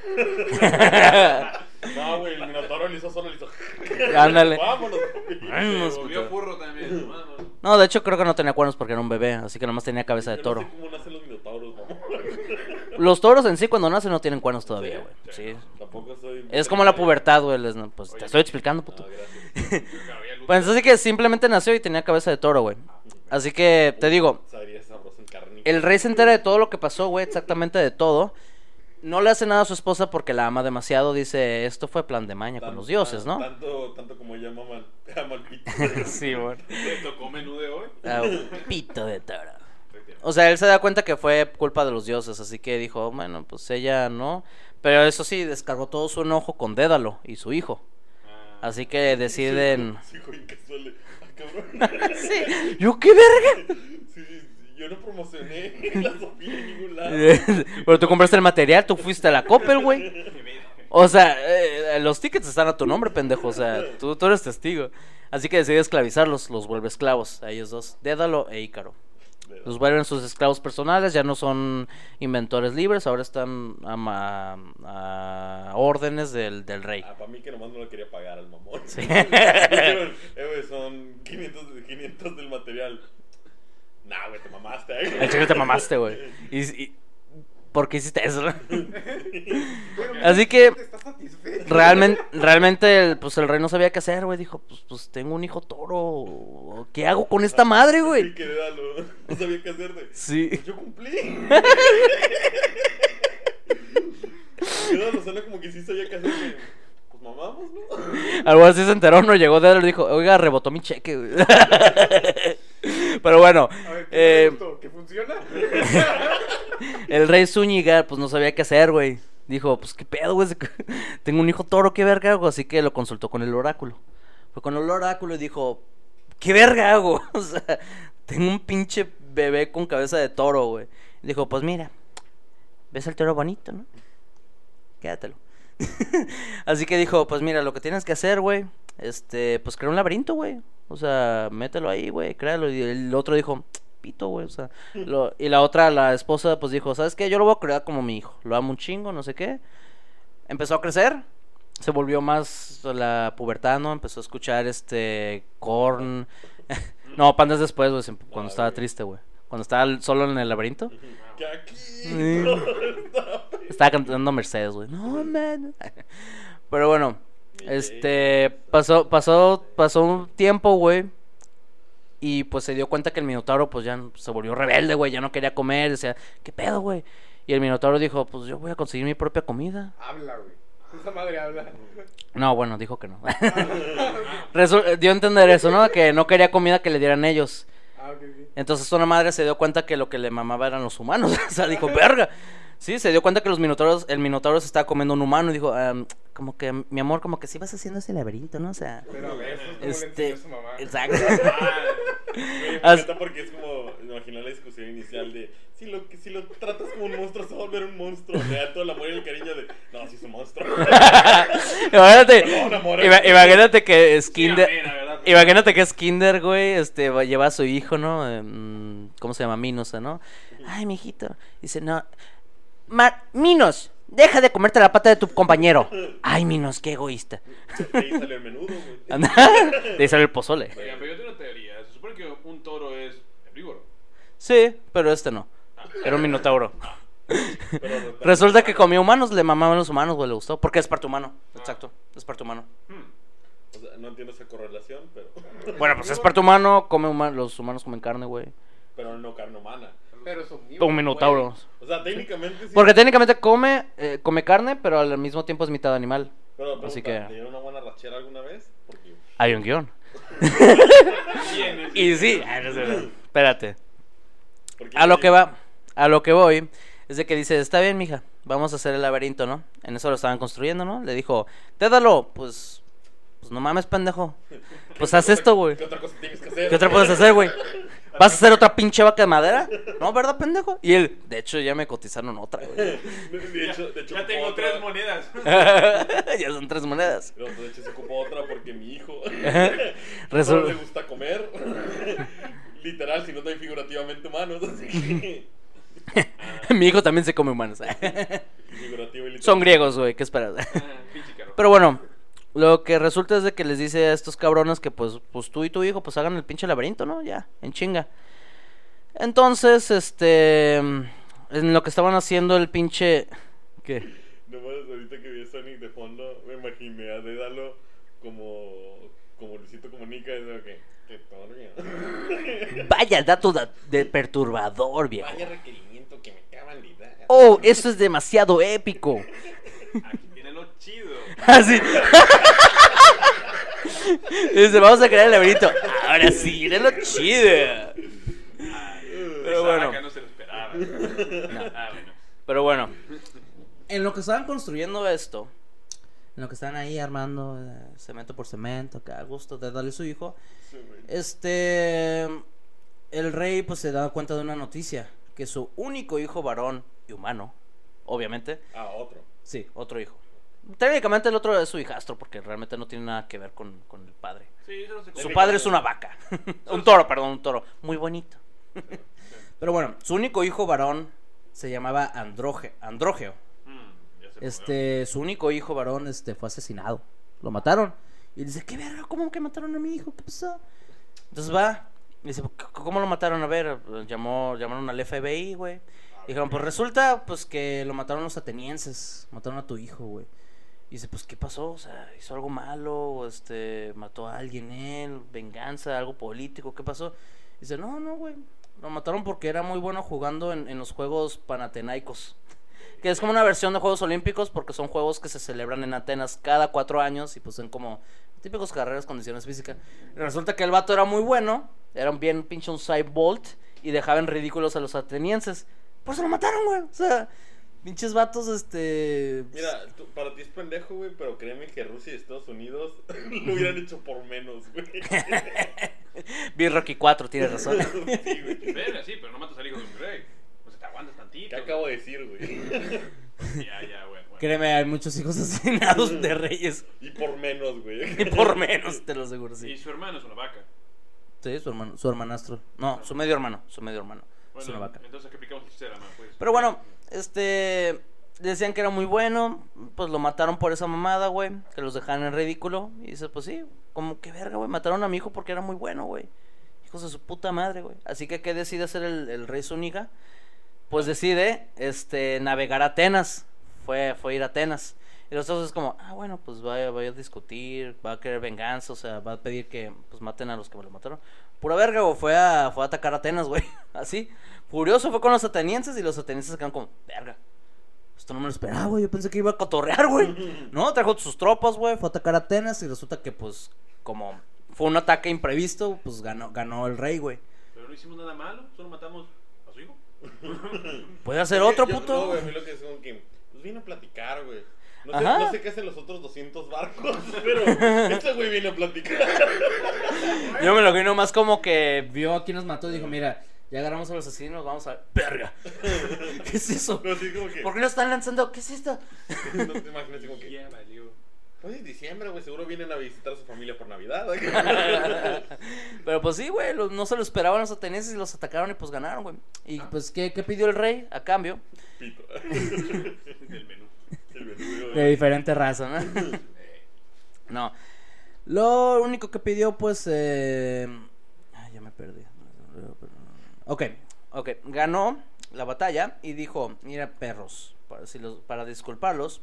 No, güey, el minotauro le hizo solo, le hizo. Ándale. Vámonos. Vámonos, Se volvió puto. furro también. Vamos. No, de hecho creo que no tenía cuernos porque era un bebé, así que nomás tenía cabeza de Yo toro. No sé cómo nacen los minotauros, mamá. Los toros en sí cuando nacen no tienen cuernos todavía, güey. Sí. Tampoco soy. Es como la pubertad, güey. les- Pues te Oye, estoy explicando, Ah, puto. gracias. Claro, ya Lucas- Pues así que simplemente nació y tenía cabeza de toro, güey. Así que te digo, Sabría sabroso en carne. el rey se entera de todo lo que pasó, güey, exactamente de todo. No le hace nada a su esposa porque la ama demasiado. Dice, esto fue plan de maña con Tan- los dioses, ¿no? Tanto, tanto como ella ama al, ama al pito. Sí, güey. ¿Te tocó menú de hoy? Ah, pito de toro. O sea, él se da cuenta que fue culpa de los dioses, así que dijo, bueno, pues ella no. Pero eso sí, descargó todo su enojo con Dédalo y su hijo. Ah, Así que deciden... Sí, hijo incasual. Ah, cabrón. Sí. ¿Yo qué verga? Sí, sí, yo no promocioné la Sofía en ningún lado. Pero tú compraste el material, tú fuiste a la Coppel, güey. O sea, eh, los tickets están a tu nombre, pendejo. O sea, tú, tú eres testigo. Así que decide esclavizarlos, los vuelve esclavos a ellos dos, Dédalo e Ícaro. Los vuelven sus esclavos personales, ya no son inventores libres, ahora están a, ma- a órdenes del, del rey. Ah, para mí que nomás no lo quería pagar al mamón. Sí. Dijeron, eh, güey, son quinientos, de- quinientos del material. Nah, güey, te mamaste, eh. El chico te mamaste, güey. Y, y- ¿por qué hiciste eso? Así que ¿Estás satisfecho? realmente, realmente, el, pues el rey no sabía qué hacer, güey. Dijo, pues, pues tengo un hijo toro. ¿Qué hago con esta madre, Sí, güey? que Dédalo no sabía qué hacer, güey. Sí. Pues yo cumplí. Dédalo suena como que sí sabía qué hacer, güey. Pues mamamos, ¿no? Algo así se enteró, no llegó Dédalo y dijo, oiga, rebotó mi cheque, güey. Pero bueno, A ver, ¿qué eh, es esto? ¿Que funciona? el rey Zúñiga, pues no sabía qué hacer, güey. Dijo, pues qué pedo, güey. Tengo un hijo toro, qué verga hago. Así que lo consultó con el oráculo. Fue con el oráculo y dijo, ¿qué verga hago? O sea, tengo un pinche bebé con cabeza de toro, güey. Dijo, pues mira, ves el toro bonito, ¿no? Quédatelo. Así que dijo, pues mira, lo que tienes que hacer, güey, este, pues crea un laberinto, güey. O sea, mételo ahí, güey, créalo. Y el otro dijo, pito, güey, o sea. Lo, y la otra, la esposa, pues dijo, ¿sabes qué? Yo lo voy a crear como mi hijo. Lo amo un chingo, no sé qué. Empezó a crecer. Se volvió más la pubertad, ¿no? Empezó a escuchar este Korn. No, Pandas después, güey, cuando estaba triste, güey. Cuando estaba solo en el laberinto. Que aquí. Sí. Estaba cantando Mercedes, güey. No, man. Pero bueno, este pasó pasó pasó un tiempo, güey. Y pues se dio cuenta que el Minotauro pues ya se volvió rebelde, güey, ya no quería comer, decía, ¿qué pedo, güey? Y el Minotauro dijo, pues yo voy a conseguir mi propia comida. Habla, güey. Esa madre habla. No, bueno, dijo que no. Resu- dio a entender eso, ¿no? Que no quería comida que le dieran ellos. Ah, ok, ok. Entonces una madre se dio cuenta que lo que le mamaba eran los humanos. O sea, dijo, verga. Sí, se dio cuenta que los minotauros, el minotauro se estaba comiendo un humano. Y dijo, um, como que, mi amor, como que sí vas haciendo ese laberinto, ¿no? O sea, Pero a ver, eso es como este, le enseñó su mamá. exacto. Me As- encanta porque es como, imaginar la discusión inicial de si lo, si lo tratas como un monstruo se va a volver un monstruo. Le da todo el amor y el cariño de, no, sí es un monstruo. Imagínate, Perdón, amor. ima- imagínate que Sí, Skinder, amén, la verdad. imagínate que Skinder, güey, este, va- lleva a su hijo, ¿no? Eh, mm, ¿Cómo se llama? Minos, ¿no? Ay, mijito. Dice, no, Ma- Minos, deja de comerte la pata de tu compañero. Ay, Minos, qué egoísta. De ahí sale el menudo, güey. Anda, de ahí sale el pozole. Oigan, pero yo tengo una teoría. Se supone que un toro es herbívoro. Sí, pero este no. Era un minotauro. Pero- Resulta que comió humanos, le mamaban los humanos, güey, le gustó. Porque es parte humano, exacto, es parte humano. O sea, no entiendo esa correlación, pero. Bueno, pues es parte humano, come huma- los humanos comen carne, güey. Pero no carne humana. Pero es omnívoro, Un minotauro. güey. O sea, técnicamente sí. Porque técnicamente come, eh, come carne, pero al mismo tiempo es mitad animal. Pero, así pregunta, que- ¿te dieron una buena rachera alguna vez? Porque. Hay un guión. ¿Quién es? Y sí, ay, no sé, no. Espérate. porque A lo que va, a lo que voy, es de que dice, está bien, mija, vamos a hacer el laberinto, ¿no? En eso lo estaban construyendo, ¿no? Le dijo, dédalo, pues, pues no mames, pendejo. Pues haz esto, güey. ¿Qué otra cosa tienes que hacer? ¿Qué otra puedes hacer, güey? ¿Vas a hacer otra pinche vaca de madera? No, ¿verdad, pendejo? Y él, de hecho, ya me cotizaron otra, güey. De hecho, de hecho, Ya ocupó tengo otra. tres monedas. Ya son tres monedas. No, de hecho, se ocupó otra porque mi hijo Resul- solo le gusta comer. Literal, si no también figurativamente humanos. Así que. Mi hijo también se come humanos. Figurativo y literal. Son griegos, güey, ¿qué esperas? Ah, pinche carro. Pero bueno, lo que resulta es de que les dice a estos cabrones que pues, pues tú y tu hijo pues hagan el pinche laberinto, ¿no? Ya, en chinga. Entonces, este, en lo que estaban haciendo el pinche... ¿Qué? Nomás ahorita que vi a Sonic de fondo, me imaginé a Dédalo como. Como Luisito Comunica. Eso que. Que turbio. Vaya dato da- de perturbador, viejo. Vaya requerimiento que me acaban de dar. Oh, eso es demasiado épico. Aquí viene lo chido. Así. Dice, vamos a crear el laberinto. Ahora sí, viene lo chido. Pero Esa bueno. vaca no se lo esperaba. Ah, bueno. Pero bueno, en lo que estaban construyendo esto, en lo que estaban ahí armando eh, cemento por cemento, que a gusto de darle su hijo, este, el rey pues se da cuenta de una noticia, que su único hijo varón y humano, obviamente, Ah, otro. sí, otro hijo. Técnicamente el otro es su hijastro, porque realmente no tiene nada que ver con, con el padre. Sí, eso no se Su padre es una vaca, un toro, perdón, un toro, muy bonito. Pero bueno, su único hijo varón se llamaba Androge, Andrógeo. Mm, ya se Este, su único hijo varón, este, fue asesinado. Lo mataron. Y dice, ¿qué verga? ¿Cómo que mataron a mi hijo? ¿Qué pasó? Entonces va, y dice, "C- ¿cómo lo mataron? A ver, llamó, llamaron al F B I, güey. Y dijeron, pues resulta, pues, que lo mataron los atenienses. Mataron a tu hijo, güey. Y dice, pues, ¿qué pasó? O sea, ¿hizo algo malo? O este, ¿mató a alguien él? ¿Venganza? ¿Algo político? ¿Qué pasó? Y dice, no, no, güey. Lo mataron porque era muy bueno jugando en, en los Juegos Panatenaicos. Que es como una versión de Juegos Olímpicos, porque son juegos que se celebran en Atenas cada cuatro años y pues son como típicos carreras, condiciones físicas. Y resulta que el vato era muy bueno, era un bien pinche un Cybolt y dejaba en ridículos a los atenienses. Por eso lo mataron, güey. O sea, Pinches vatos, este... Mira, tú- para ti es pendejo, güey, pero créeme que Rusia y Estados Unidos lo hubieran hecho por menos, güey. Vi Rocky cuatro, tienes razón. Sí, güey. Verga, sí, pero no matas al hijo de un rey. O sea, te aguantas tantito. ¿Qué acabo de decir, güey? Ya, ya, güey. bueno. Créeme, hay muchos hijos asesinados de reyes. Y por menos, güey. Y por menos, te lo aseguro, Y sí. su hermano es una vaca. Sí, su hermano, su hermanastro. No, su medio hermano, su medio hermano. Es Bueno, una vaca. entonces aquí aplicamos el chiste de la mano, pues. Pero bueno, este... decían que era muy bueno, pues lo mataron por esa mamada, güey, que los dejaban en ridículo. Y dices, pues sí, como que verga, güey, mataron a mi hijo porque era muy bueno, güey. Hijos de su puta madre, güey. Así que, ¿qué decide hacer el, el rey Zúñiga? Pues decide, este, navegar a Atenas. Fue, fue ir a Atenas. Y los otros es como, ah, bueno, pues vaya, vaya a discutir, va a querer venganza, o sea, va a pedir que, pues, maten a los que me lo mataron. Pura verga, güey, fue a, fue a atacar a Atenas, güey, así. Furioso fue con los atenienses y los atenienses se quedaron como, verga. Esto no me lo esperaba, güey. Yo pensé que iba a cotorrear, güey. No, trajo sus tropas, güey. Fue a atacar a Atenas y resulta que, pues, como fue un ataque imprevisto, pues ganó, ganó el rey, güey. Pero no hicimos nada malo, solo matamos a su hijo. Puede hacer otro, Yo- puto. No, güey, a mí lo que es como que, pues vino a platicar, güey. No sé, Ajá. no sé qué hacen los otros doscientos barcos, pero este güey viene a platicar. Yo me lo vi nomás como que vio a quién nos mató y dijo, mira, ya agarramos a los asesinos, vamos a... ¡Verga! ¿Qué es eso? No, así como que, ¿Por qué no están lanzando? ¿Qué es esto? no te imaginas así como que, Ya valió. pues es diciembre, güey, seguro vienen a visitar a su familia por Navidad. Pero pues sí, güey, lo- no se lo esperaban los atenienses y los atacaron y pues ganaron, güey. Y pues, ¿qué, qué pidió el rey a cambio? Pito. Del menú. El menú, De diferente raza, ¿no? No. Lo único que pidió, pues, eh... ay, ya me perdí. Ok, ok. Ganó la batalla y dijo, mira, perros, para, si los- para disculparlos,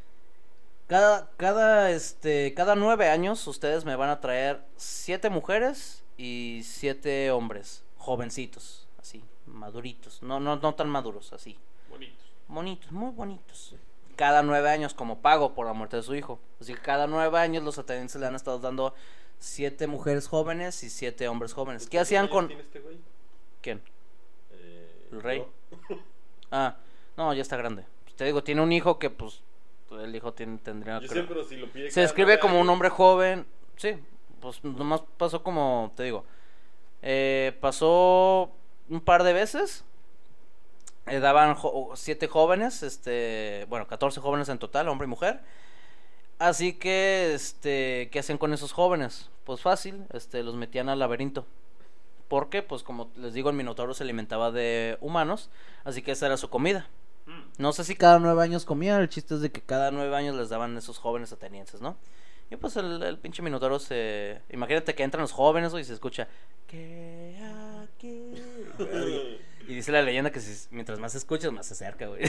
cada, cada, este, cada nueve años ustedes me van a traer siete mujeres y siete hombres, jovencitos, así, maduritos, no, no, no tan maduros, así, Bonitos. bonitos, muy bonitos. Cada nueve años como pago por la muerte de su hijo. Así que cada nueve años los atenienses le han estado dando siete mujeres jóvenes y siete hombres jóvenes. ¿Qué hacían con...? ¿Quién este güey? ¿Quién? Eh, ¿El rey? yo. Ah, no, ya está grande. Te digo, tiene un hijo que pues el hijo tiene, tendría... Yo creo- sé, pero si lo pide Se cada describe nueve como un años, hombre joven. Sí, pues nomás pasó como, te digo, eh, pasó un par de veces. Eh, daban jo- siete jóvenes, este, bueno, catorce jóvenes en total, hombre y mujer. Así que, este, ¿qué hacían con esos jóvenes? Pues fácil, este, los metían al laberinto. Porque, pues como les digo, el Minotauro se alimentaba de humanos, así que esa era su comida. Mm. No sé si cada nueve años comían, el chiste es de que cada nueve años les daban esos jóvenes atenienses, ¿no? Y pues el, el pinche Minotauro se... Imagínate que entran los jóvenes, ¿no? Y se escucha... ¿Qué aquí? Y dice la leyenda que si, mientras más escuchas, más se acerca, güey.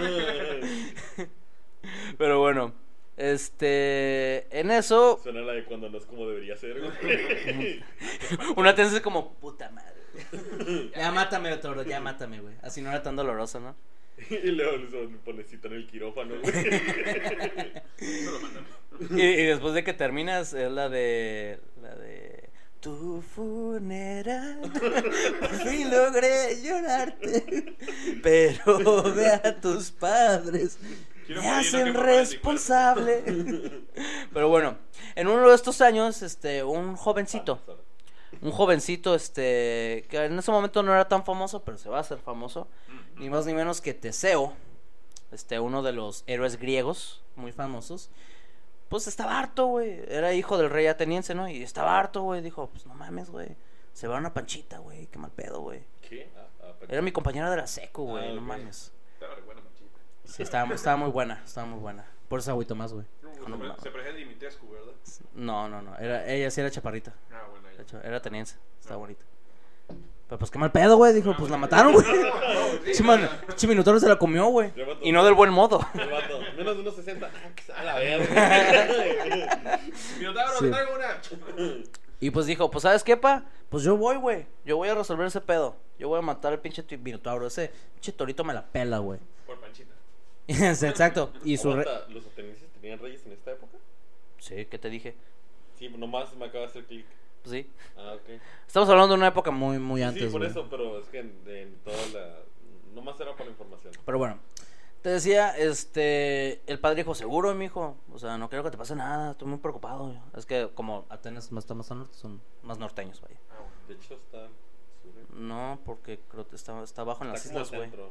Pero bueno, este... En eso, Suena la de cuando no es como debería ser, güey. una ateniense como... Puta madre. Ya mátame, Toro, ya mátame, güey. Así no era tan doloroso, ¿no? Y luego le pone cita en el quirófano, güey. Solo mándame. Y, y después de que terminas es la de la de tu funeral. Por fin logré llorarte, pero ve a tus padres. Quiero Me morir, no hacen que por mal responsable. Pero bueno, en uno de estos años, este, un jovencito, un jovencito, este, que en ese momento no era tan famoso, pero se va a hacer famoso, ni más ni menos que Teseo, este, uno de los héroes griegos muy famosos. Pues estaba harto, güey. Era hijo del rey ateniense, ¿no? Y estaba harto, güey. Dijo, pues no mames, güey. Se va una panchita, güey. Qué mal pedo, güey. ¿Qué? Ah, ah, pero- Era mi compañera de la seco, güey. Ah, no ok. mames. Estaba re buena manchita. Sí, estaba, estaba muy buena. Estaba muy buena. Por eso agüito más, güey. No, No, se, no. se parecía a Dimitrescu, ¿verdad? No, no, no. Era, ella sí era chaparrita. Ah, bueno, De ya. hecho, era ateniense. Estaba bonita. Pero pues qué mal pedo, güey. Dijo, pues la mataron, güey. Pinche Minotauro se la comió, güey. Le mató. Y no del buen modo. El vato, menos de unos sesenta. Ah, que se- a la verga. Minotauro, Sí. te traigo una. Y pues dijo, pues ¿sabes qué, pa? Pues yo voy, güey. Yo voy a resolver ese pedo. Yo voy a matar al pinche ti- Minotauro. Ese pinche torito me la pela, güey. Por panchita. Exacto. Y su re... Aguanta, ¿los atenienses tenían reyes en esta época? Sí, ¿qué te dije? Sí, nomás me acaba de hacer clic. Pues sí. Ah, ok. Estamos hablando de una época muy, muy Sí, antes, sí, por güey. eso, pero es que en, en toda la... Nomás era para información. Pero bueno. Te decía, este, el padre dijo, seguro, mijo, o sea, no quiero que te pase nada, estoy muy preocupado. Es que como Atenas más está más al norte, son más norteños, vaya. De hecho está sur, No, porque creo que está, está abajo en las está como islas, al güey. centro.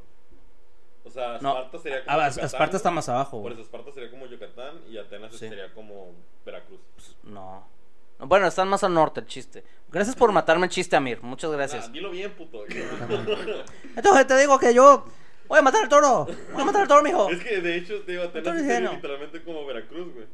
O sea, No, Esparta sería como ah, Yucatán. Esparta está más abajo, Por güey. eso Esparta sería como Yucatán y Atenas Sí. sería como Veracruz. No. Bueno, están más al norte el chiste. Gracias por matarme el chiste, Amir. Muchas gracias. Ah, dilo bien, puto. Entonces te digo que yo voy a matar al toro. Voy a matar al toro, mijo. Es que de hecho, te digo, Estoy Atenas sería diciendo. literalmente como Veracruz, güey.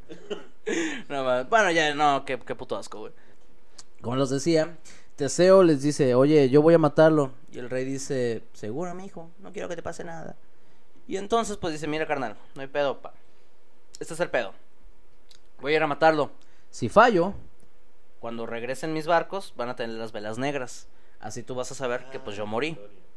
No, ma- bueno, ya, no, qué, qué puto asco, güey. Como los decía, Teseo les dice, oye, yo voy a matarlo. Y el rey dice, seguro, mijo, no quiero que te pase nada. Y entonces, pues dice, mira, carnal, no hay pedo, pa. Este es el pedo. Voy a ir a matarlo. Si fallo, Cuando regresen mis barcos, van a tener las velas negras. Así tú vas a saber que pues yo morí,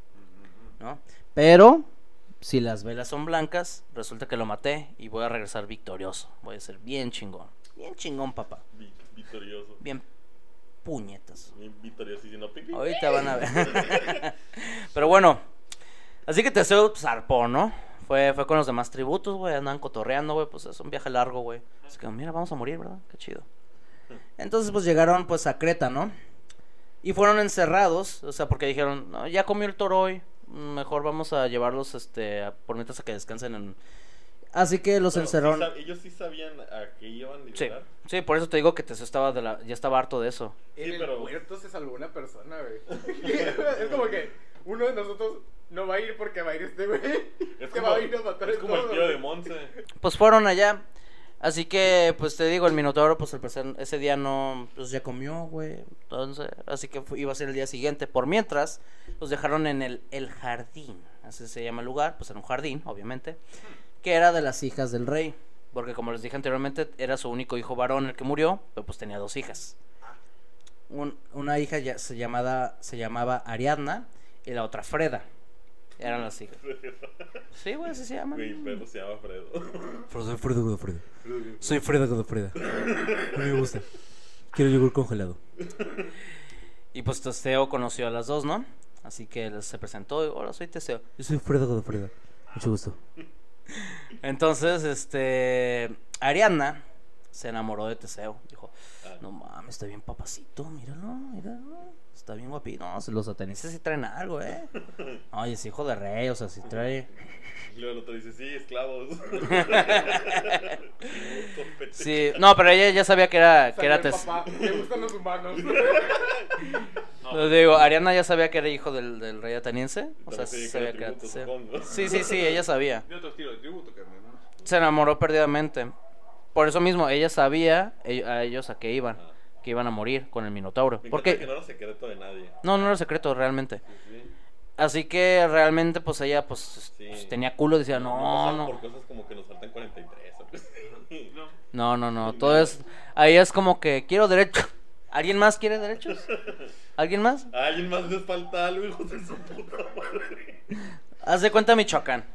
¿no? pero Si las velas son blancas, resulta que lo maté y voy a regresar victorioso. Voy a ser bien chingón. Bien chingón, papá. Vi- Victorioso. Bien puñetas. Bien victorioso y si no piqui. Ahorita van a ver. Pero bueno, así que Teseo zarpó, ¿no? Fue, fue con los demás tributos, güey. Andaban cotorreando, güey. Pues es un viaje largo, güey. Así que, mira, vamos a morir, ¿verdad? Qué chido. entonces pues llegaron pues a Creta, ¿no? Y fueron encerrados, o sea, porque dijeron, no, ya comió el toro hoy. Mejor vamos a llevarlos, este, a, por mientras a que descansen en... Así que los Pero, encerraron. ¿sí sab- ellos sí sabían a qué iban a Sí, liberar. sí, por eso te digo que Teseo estaba de la, ya estaba harto de eso. En Sí, el pero- puerto se salvó una persona, güey. Es como que uno de nosotros no va a ir porque va a ir este güey. Es que como, va a ir a matar es a como el todos, tío de güey. Monse. Pues fueron allá. Así que, pues te digo, el Minotauro, pues al parecer ese día no, pues ya comió, güey. Entonces, así que fu- iba a ser el día siguiente. Por mientras, los dejaron en el, el jardín. Así se llama el lugar, pues en un jardín, obviamente. Que era de las hijas del rey. Porque como les dije anteriormente, era su único hijo varón el que murió, pero pues tenía dos hijas. Un- una hija ya se llamaba, se llamaba Ariadna y la otra Freda. Eran las hijas. Sí, güey, así se llaman. Güey, pero se llama Fredo. Soy Freda Godofreda. Soy Freda Godofreda. A mí me gusta. Quiero yogur congelado. Y pues Teseo conoció a las dos, ¿no? Así que les- se presentó y, hola, soy Teseo. Yo soy Freda Godofreda. Mucho gusto. Entonces, este, Ariadna se enamoró de Teseo. Dijo, Ah, no mames, está bien papacito, míralo, míralo. Está bien guapito. No, los atenienses sí traen algo, eh. Oye, es hijo de rey, o sea, sí trae. Y luego el otro dice, sí, esclavos. Sí, no, pero ella ya sabía que era, que Salió era el Teseo. papá, le gustan los humanos. Les digo, Ariadna ya sabía que era hijo del, del rey ateniense. O sea, También sabía sabía que que era era tributo, Teseo. supongo. Sí, sí, sí, ella sabía. De otro estilo de tributo, carnal, ¿no? Se enamoró perdidamente. Por eso mismo, ella sabía ell- a ellos a qué iban. Ah. Que iban a morir con el Minotauro. Me encanta Porque que no era secreto de nadie. no, no era secreto realmente. Sí, sí. Así que realmente, pues ella, pues, Sí. pues, tenía culo. Decía, no, pasaban no. por cosas como que nos faltan cuarenta y tres. ¿o qué? No. No, no, no. Todo es. Ahí es como que quiero derecho. ¿Alguien más quiere derechos? ¿Alguien más? A alguien más les falta algo, hijos de su puta madre. Haz de cuenta Michoacán.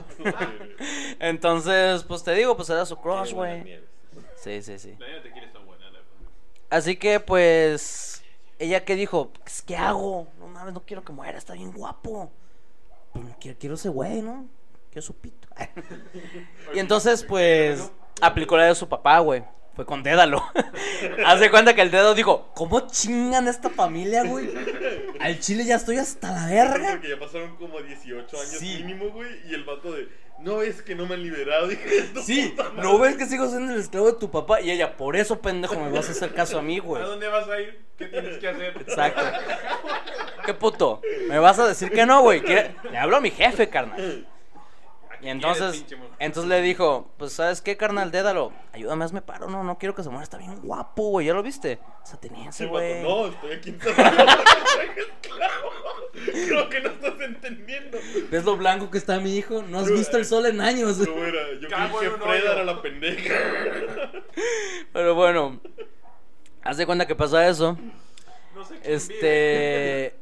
Entonces, pues te digo, pues era su crush, Qué buenas güey. nieves. Sí, sí, sí. La niña tequila está buena, la verdad. Así que, pues, ella que dijo, pues, ¿qué hago? No mames, no quiero que muera, está bien guapo. Pues quiero, quiero ese güey, ¿no? Quiero su pito. Y entonces, pues, aplicó la de su papá, güey. Fue con Dédalo. Haz de cuenta que el dedo dijo, ¿cómo chingan esta familia, güey? Al chile ya estoy hasta la verga. Porque ya pasaron como dieciocho años Sí. mínimo, güey. Y el vato de, no es que no me han liberado. Dije, "Tu Sí, puta madre". ¿no ves que sigo siendo el esclavo de tu papá? Y ella, por eso, pendejo, me vas a hacer caso a mí, güey. ¿A dónde vas a ir? ¿Qué tienes que hacer? Exacto. ¿Qué puto? ¿Me vas a decir que no, güey? ¿Quiere- Le hablo a mi jefe, carnal. Y entonces, entonces le dijo, pues, ¿sabes qué, carnal? Dédalo, ayúdame, hazme paro, no, no quiero que se muera, está bien guapo, güey, ¿ya lo viste? Es ateniense, El vato, güey. no, estoy aquí en San Salvador, soy esclavo. Creo que no estás entendiendo. ¿Ves lo blanco que está mi hijo? No has visto el sol en años. No, era, yo Cago creí en que un Freda hoyo. era la pendeja. Pero bueno, haz de cuenta que pasa eso. No sé quién Este...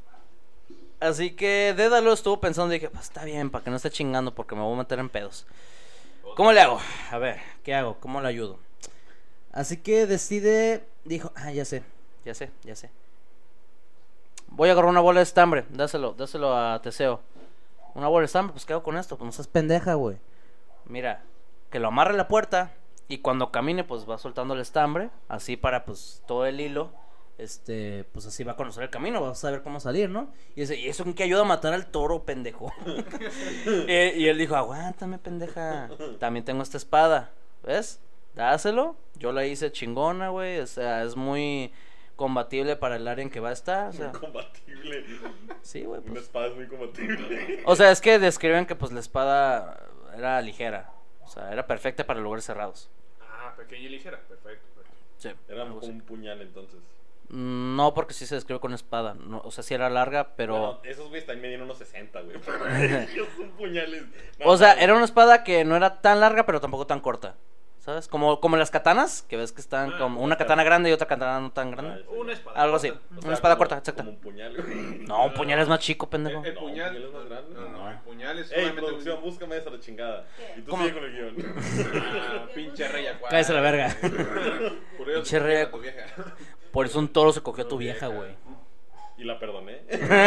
Así que Dédalo estuvo pensando y dije, pues está bien, para que no esté chingando porque me voy a meter en pedos. ¿Cómo le hago? A ver, ¿qué hago? ¿Cómo le ayudo? Así que decide, dijo, ah, ya sé. Ya sé, ya sé. Voy a agarrar una bola de estambre, dáselo, dáselo a Teseo. Una bola de estambre, pues ¿qué hago con esto? Pues no seas pendeja, güey. Mira, que lo amarre a la puerta y cuando camine, pues va soltando el estambre, así para pues todo el hilo, este, pues así va a conocer el camino, va a saber cómo salir, ¿no? Y dice, ¿y eso en qué ayuda a matar al toro, pendejo? y, y él dijo, aguántame, pendeja, también tengo esta espada, ¿ves? Dáselo, yo la hice chingona, güey, o sea, es muy combatible para el área en que va a estar, o sea. Muy combatible. Sí, güey, Una pues. espada es muy combatible. O sea, es que describen que pues la espada era ligera, o sea, era perfecta para lugares cerrados. Ah, pequeña y ligera. Perfecto, perfecto. Sí, Era algo como así. un puñal entonces. No, porque sí se describe con espada, no, o sea, sí era larga, pero... Bueno, esos güeyes también medían unos sesenta, güey. Ellos son puñales. O sea, era una espada que no era tan larga, pero tampoco tan corta, ¿sabes? Como, como las katanas, que ves que están Ah, como una katana grande y otra katana no tan grande. Ah, Una espada. Algo así, O sea, una espada como- corta, exacto. Como un puñal, güey. No, un puñal es más chico, pendejo. El, el No, puñal. un puñal es más grande. No, no, el puñal es Ey, solamente producción, un. búscame esa la chingada. ¿Qué? Y tú ¿Cómo? sigue con el guión. Ah, pinche rey acuario. Cállese la verga. Por eso Pinche te rey tu vieja. Por eso un toro se cogió a tu Tu vieja, vieja. güey. Y la perdoné.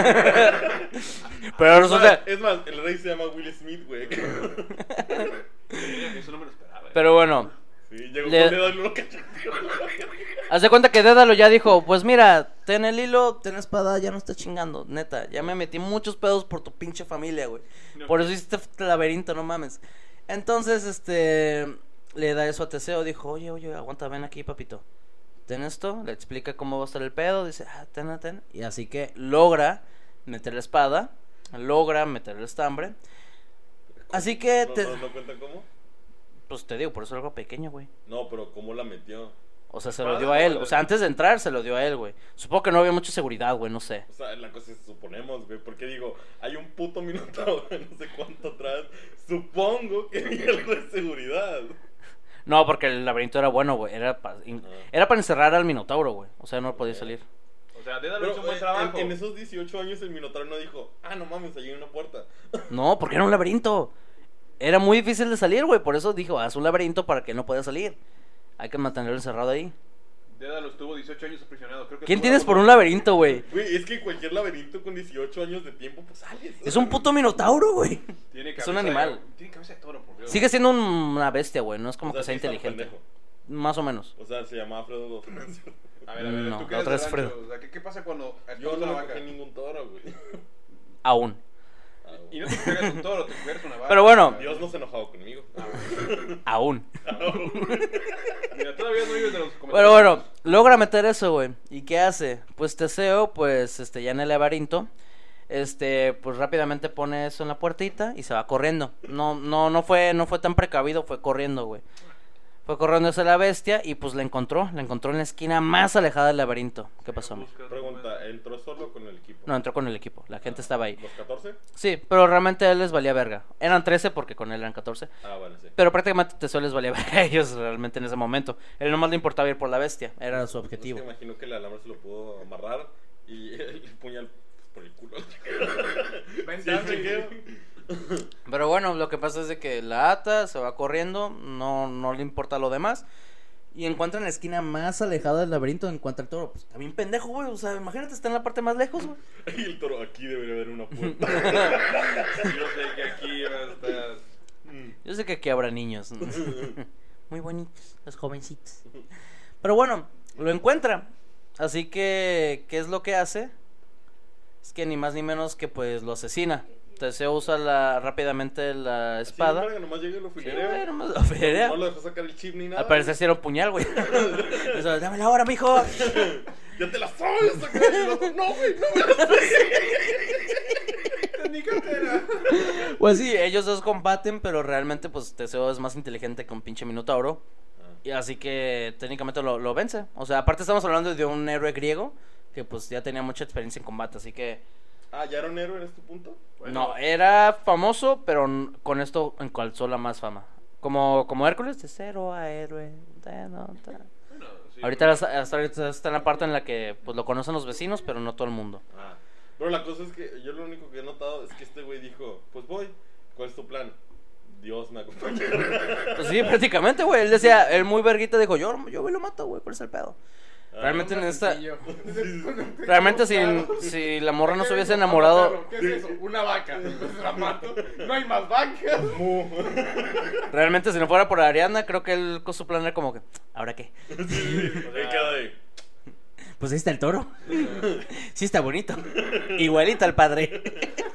Pero resulta... Es más, el rey se llama Will Smith, güey. Eso no me lo esperaba. eh. Pero bueno, Sí, llegó Le- con dedo y lo cacheteó. haz de cuenta que Dédalo ya dijo, pues mira, ten el hilo, ten la espada, ya no está chingando, neta, ya me metí muchos pedos por tu pinche familia, güey. No. Por eso hiciste este laberinto, no mames. Entonces, este, le da eso a Teseo, dijo, oye, oye, aguanta, ven aquí, papito. Ten esto, le explica cómo va a estar el pedo, dice, ah, ten, ten. Y así que logra meter la espada, logra meter el estambre. Así que, ¿No, te- no, no cuenta cómo? pues te digo, por eso es algo pequeño, güey. No, pero ¿cómo la metió? O sea, se ¿Espada lo dio a él. o O sea, antes de entrar se lo dio a él, güey. Supongo que no había mucha seguridad, güey, no sé. O sea, la cosa es, suponemos, güey, porque digo, hay un puto minotauro de no sé cuánto atrás. Supongo que hay algo de seguridad. No, porque el laberinto era bueno, güey. Era para Ah. era para encerrar al minotauro, güey. O sea, no podía salir. O sea, Dédalo Pero hizo un buen eh, trabajo. en, en esos dieciocho años el minotauro no dijo, ah, no mames, allí hay una puerta. No, porque era un laberinto. Era muy difícil de salir, güey. Por eso dijo, haz un laberinto para que él no pueda salir. Hay que mantenerlo encerrado ahí. Dédalo estuvo dieciocho años aprisionado. Creo que ¿Quién estuvo tienes a por uno- un laberinto, güey? Güey, es que cualquier laberinto con dieciocho años de tiempo, pues sales. Es un puto minotauro, güey. Tiene Es cabeza un animal. de- Tiene cabeza de toro, por Dios. Sigue siendo un- una bestia, güey. No es como O sea, que sea sí está inteligente. pendejo. Más o menos. O sea, se llamaba Fredo. A ver, a ver, No, tú la que eres otra de es Fredo. rancho, o sea, ¿qué, ¿qué pasa cuando Yo espantas no una me vaca? cogí ningún toro, güey. Aún. Ah, Y no te pegas un toro, te pegas una vaca. Pero bueno. Dios no se enojaba conmigo. Aún. Mira, todavía no vives de los comentarios. Pero bueno, logra meter eso, güey. ¿Y qué hace? Pues Teseo, pues, este, ya en el laberinto, este, pues rápidamente pone eso en la puertita y se va corriendo. No, no, no fue, no fue tan precavido, fue corriendo, güey. Fue corriendo hacia la bestia y pues la encontró, la encontró en la esquina más alejada del laberinto. ¿Qué pasó, amigo? Pregunta, ¿entró solo con el equipo? No, entró con el equipo, la gente estaba ahí. ¿Los catorce? Sí, pero realmente a él les valía verga. Eran trece porque con él eran catorce. Ah, bueno, sí. Pero prácticamente Teseo les valía verga a ellos realmente en ese momento. Él nomás le importaba ir por la bestia, era su objetivo. Es que imagino que el alambre se lo pudo amarrar y el puñal por el culo. Ven, Sí, dame. chequeo. Pero bueno, lo que pasa es de que la ata, se va corriendo, no, no le importa lo demás. Y encuentra en la esquina más alejada del laberinto, encuentra el toro. Pues está bien pendejo, güey. O sea, imagínate, está en la parte más lejos, güey. Y el toro, aquí debería haber una puerta. Yo sé que aquí va a estar. Yo sé que aquí habrá niños. Muy bonitos, los jovencitos. Pero bueno, lo encuentra. Así que, ¿qué es lo que hace? Es que ni más ni menos que pues lo asesina. Teseo usa la, rápidamente la espada. Sí, verga, nomás llegué y lo Sí, filereo. güey, nomás lo filerea. No lo dejó sacar el chip ni nada. Al parecer sí era un puñal, güey. Eso, dámela ahora, mijo. Ya te la sabes, sacar el otro. No, güey, no me la En mi cartera. Pues sí, ellos dos combaten, pero realmente pues Teseo es más inteligente que un pinche minotauro. Y así que técnicamente lo, lo vence. O sea, aparte estamos hablando de un héroe griego que pues ya tenía mucha experiencia en combate, así que... Ah, ¿ya era un héroe en este punto? No, era famoso, pero n- con esto encalzó la más fama. Como, como Hércules, de cero a héroe. de nota. Bueno, sí, Ahorita hasta, hasta ahorita está en la parte en la que pues lo conocen los vecinos, pero no todo el mundo. Ah. Pero la cosa es que yo lo único que he notado es que este güey dijo, pues voy, ¿cuál es tu plan? Dios me acompaña. Pues sí, prácticamente, güey. Él decía, él muy verguita dijo, yo, yo me lo mato, güey, ¿cuál es el pedo? Realmente en esta... Sencillo. Realmente si, si la morra no se hubiese enamorado... ¿Qué es eso? Una vaca. Entonces la mato. No hay más vacas. Realmente si no fuera por Ariana, creo que él con su plan era como que... ¿Ahora qué? Sí, sí. Ahí queda de. Pues ahí está el toro. Sí está bonito. Igualito al padre.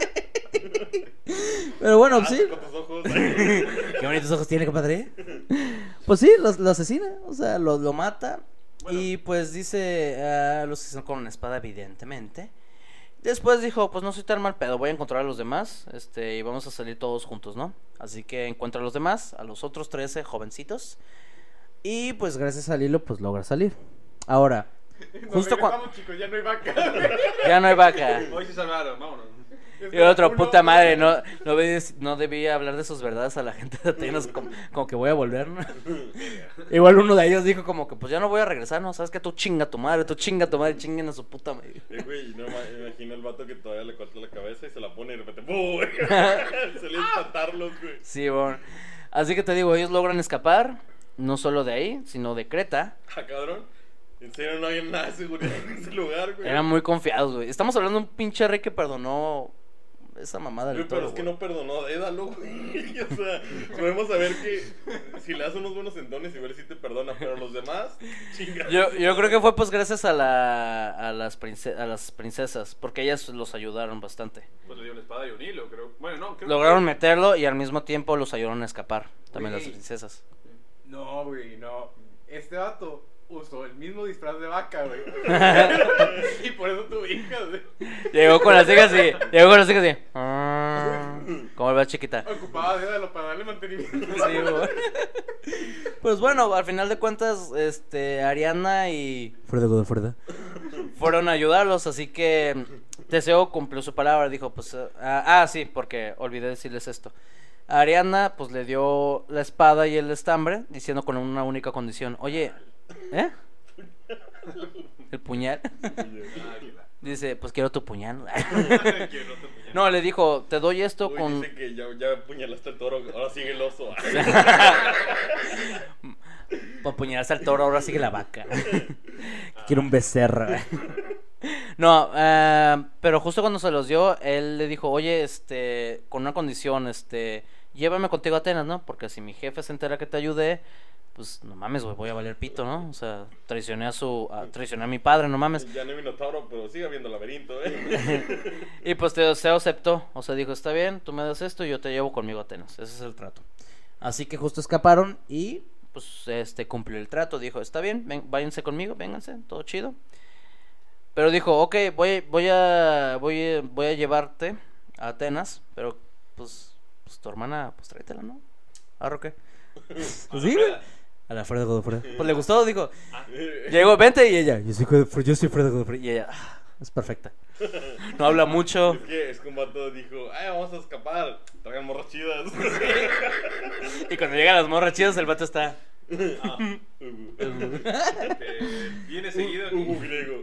Pero bueno, Ah, sí. con tus ojos. Qué bonitos ojos tiene, compadre. Pues sí, lo, lo asesina. O sea, lo, lo mata. Bueno. Y pues dice a los que son con una espada, evidentemente. Después dijo, pues no soy tan mal pedo, voy a encontrar a los demás, este, y vamos a salir todos juntos, ¿no? Así que encuentra a los demás, a los otros trece jovencitos. Y pues gracias al hilo, pues logra salir. Ahora, Nos justo cuando... regresamos, chicos, ya no hay vaca. Ya no hay vaca. Hoy se salvaron, vámonos. Y el otro, puta madre, no, no, debí- no debía hablar de sus verdades a la gente de Atenas, como, como que voy a volver, ¿no? Igual uno de ellos dijo como que pues ya no voy a regresar, ¿no? ¿Sabes qué? Tú chinga tu madre, tú chinga tu madre, chinguen a su puta madre. Eh, güey, no ma- imagino el vato que todavía le corta la cabeza y se la pone y de repente ¡pum! Salió a espantarlos, güey. Sí, bueno. Así que te digo, ellos logran escapar, no solo de ahí, sino de Creta. Ah, cabrón. En serio, no había nada de seguridad en ese lugar, güey. Eran muy confiados, güey. Estamos hablando de un pinche rey que perdonó esa mamada del Güey, pero toro, es que güey. no perdonó, dédalo, güey. O sea, podemos saber que si le das unos buenos entones y ver si te perdona, pero los demás, chinga. Yo, yo creo que fue pues gracias a la a las prince- a las princesas, porque ellas los ayudaron bastante. Pues le dio una espada y un hilo, creo. Bueno, no, creo Lograron que... meterlo y al mismo tiempo los ayudaron a escapar, también Güey. las princesas. No, güey, no. Este vato usó el mismo disfraz de vaca, güey. Y por eso tuvo hijas, güey. Llegó con las hijas y llegó con las hijas y ah, como va chiquita. Ocupaba dédalo para darle mantenimiento. Sí, güey. Pues bueno, al final de cuentas, este Ariana y Freda Godofreda. fueron a ayudarlos, así que Teseo cumplió su palabra, dijo, pues, eh, ah, ah, sí, porque olvidé decirles esto. A Ariana, pues, le dio la espada y el estambre, diciendo con una única condición, oye, ¿eh? ¿El puñal? Dice, pues, quiero tu puñal. No, le dijo, te doy esto Uy, con... dice que ya, ya apuñalaste el toro, ahora sigue el oso. Para apuñalarse al toro, ahora sigue la vaca. Quiero un becerro. No, eh, pero justo cuando se los dio, él le dijo, oye, este, con una condición, este, llévame contigo a Atenas, ¿no? Porque si mi jefe se entera que te ayudé, pues no mames, güey, voy a valer pito, ¿no? O sea, traicioné a su, a, traicioné a mi padre, no mames. Ya no hay minotauro, pero sigue habiendo laberinto, eh. Y pues Teseo aceptó, o sea, dijo, está bien, tú me das esto y yo te llevo conmigo a Atenas, ese es el trato. Así que justo escaparon y... Pues, este, cumplió el trato, dijo, está bien, ven, váyanse conmigo, vénganse, todo chido. Pero dijo, ok, voy, voy a, voy, a- voy a llevarte a Atenas, pero, pues, pues tu hermana, pues tráetela, ¿no? ¿Arro qué? Pues sí, güey. A la Freda Godofreda. Pues le gustó, dijo, Eh, llegó, vente, y ella, Yo soy, Godofre- yo soy Freda Godofreda. y ella, "Ah, Es perfecta. no habla mucho. Es que es como vato dijo, ay, vamos a escapar, traigan morras chidas. Y cuando llegan las morras chidas, el vato está, Eh, viene seguido aquí. Hugo griego.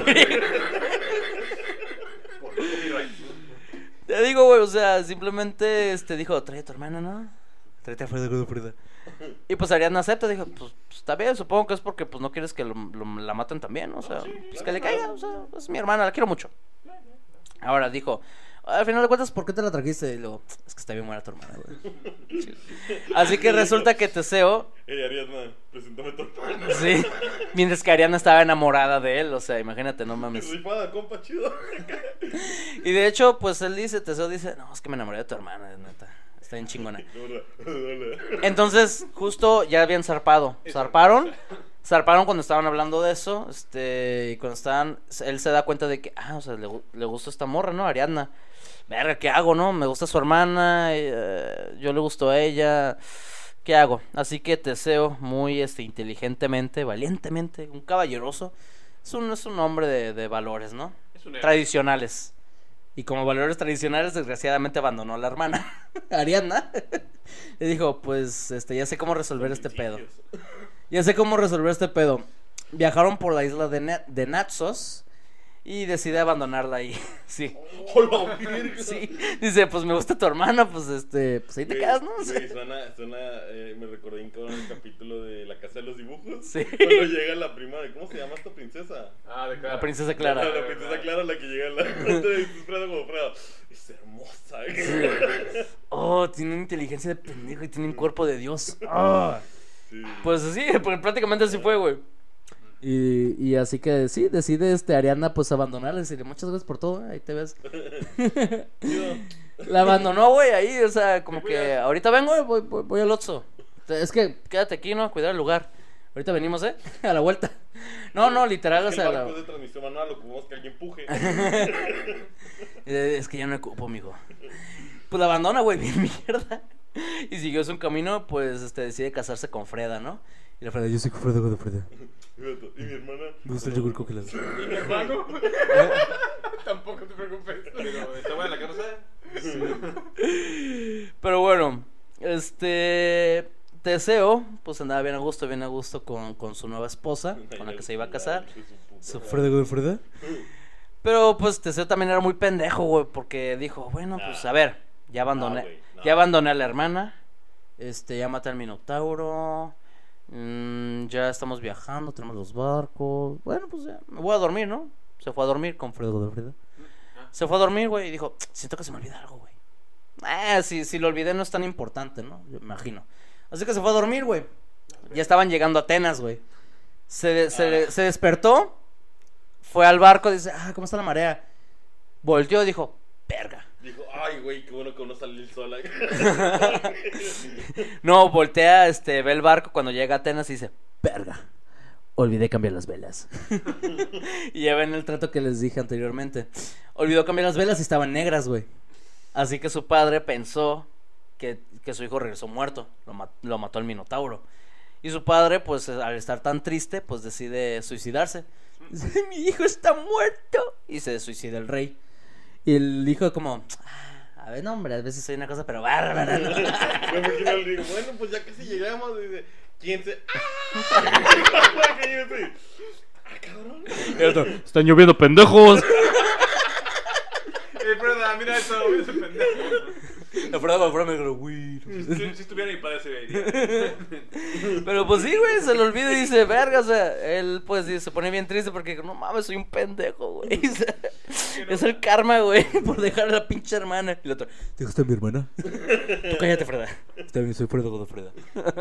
Por los copyrights. te digo, güey, o sea, simplemente, este, dijo, trae a tu hermana, ¿no? Tráete a Freda Godofreda. Y pues Ariadna acepta, dijo, pues, pues, está bien, supongo que es porque pues no quieres que lo- lo- la maten también, o sea, pues que le caiga, o sea, es mi hermana, la quiero mucho. Ahora dijo, al final de cuentas, ¿Por qué te la trajiste? Y luego, es que está bien buena tu hermana, güey. así que resulta que Teseo, Ey, Ariadna, preséntame tu hermana. sí, mientras que Ariadna estaba enamorada de él, o sea, imagínate, no mames. Rifada, compa, chido. Y de hecho, pues él dice, Teseo dice, no, es que me enamoré de tu hermana, neta, está bien chingona. Hola, hola. Entonces, justo ya habían zarpado. Zarparon. Zarparon cuando estaban hablando de eso. Este. Y cuando estaban. Él se da cuenta de que. Ah, o sea, le, gu- le gusta esta morra, ¿no? Ariadna. Verga, ¿qué hago, no? Me gusta su hermana. eh, yo le gusto a ella. ¿Qué hago? Así que Teseo, muy este, inteligentemente, valientemente, un caballeroso. Es un, es un hombre de, de valores, ¿no? Es un héroe. Tradicionales. Y como valores tradicionales, desgraciadamente abandonó a la hermana, Ariadna. Le dijo, pues, este, ya sé cómo resolver este pedo. Ya sé cómo resolver este pedo. Viajaron por la isla de, Ne- de Naxos. Y decide abandonarla ahí. Sí. ¡Hola, virgen! Sí. Dice, pues me gusta tu hermana, pues este, pues ahí te quedas, ¿no? Güey, suena, suena, eh, me recordé en cabrón el capítulo de La Casa de los Dibujos. Sí. Cuando llega la prima de, ¿cómo se llama esta princesa? Ah, de Clara. La princesa Clara. La, la princesa Clara, la que llega a la corte de Fredo como Fredo. Es hermosa. Sí. Oh, tiene una inteligencia de pendejo y tiene un cuerpo de Dios. Ah. Sí. Pues sí, pues prácticamente así fue, güey. Y, y así que sí, decide este Ariana pues abandonarla y decirle muchas gracias por todo, ¿eh? Ahí te ves. La abandonó, güey, ahí, o sea, como que ahorita vengo, eh, voy, voy, voy al Oxxo. Es que quédate aquí, ¿no? Cuidar el lugar. Ahorita venimos, ¿eh? A la vuelta. No, no, literal, o Es que sea. el La... barco es de transmisión manual, ocupamos que alguien empuje. Es que ya no ocupo, amigo. Pues la abandona, güey, bien mierda. Y siguió su camino, pues este decide casarse con Freda, ¿no? Y la Freda, yo soy Freda, de Freda. Y mi hermana. Me gusta el yogur congelado. ¿Y mi hermano? Tampoco te preocupes. Pero está buena la casa. Pero bueno, este Teseo, pues andaba bien a gusto, bien a gusto con, con su nueva esposa, con la que se iba a casar. Su Freda, de Freda. Pero pues Teseo también era muy pendejo, güey, porque dijo, bueno, pues a ver, ya abandoné, No, güey, no. ya abandoné a la hermana, este, ya maté al Minotauro, mmm, ya estamos viajando, tenemos los barcos, bueno, pues ya, me voy a dormir, ¿no? Se fue a dormir con Fredo de Freda. Se fue a dormir, güey, y dijo, siento que se me olvida algo, güey. Ah, si, si lo olvidé no es tan importante, ¿no? Yo me imagino. Así que se fue a dormir, güey. Ya estaban llegando a Atenas, güey. Se, se, Ah. se despertó, fue al barco, dice, ah, ¿cómo está la marea? Volteó y dijo, verga. Dijo, ay, güey, qué bueno que uno salió el sol. No, voltea, este, ve el barco cuando llega a Atenas y dice, verga. Olvidé cambiar las velas. Y ya ven el trato Que les dije anteriormente. olvidó cambiar las velas y estaban negras, güey. Así que su padre pensó que, que su hijo regresó muerto. Lo, ma- lo mató el Minotauro. Y su padre, pues al estar tan triste, pues decide suicidarse. Dice, mi hijo está muerto. Y se suicida el rey. Y el hijo como, "Ah, a ver, no, hombre, a veces soy una cosa, pero bárbara, ¿no?" Me imagino al digo, bueno, pues ya casi llegamos. Dice, ¿quién se.? ¡Ah! Que yo estoy, ah, cabrón. Están lloviendo pendejos. Eh, Freda, mira eso, ese pendejo. La prueba, la prueba me dijo, güey. Si, si estuviera mi padre se vería. Pero pues sí, güey, se le olvida y dice, verga, o sea, él pues sí, se pone bien triste porque no mames, soy un pendejo, güey. O sea, es el karma, güey, por dejar a la pinche hermana. Y el otro, ¿te gusta mi hermana? tú cállate, Freda. Está bien, soy Fredo de Freda.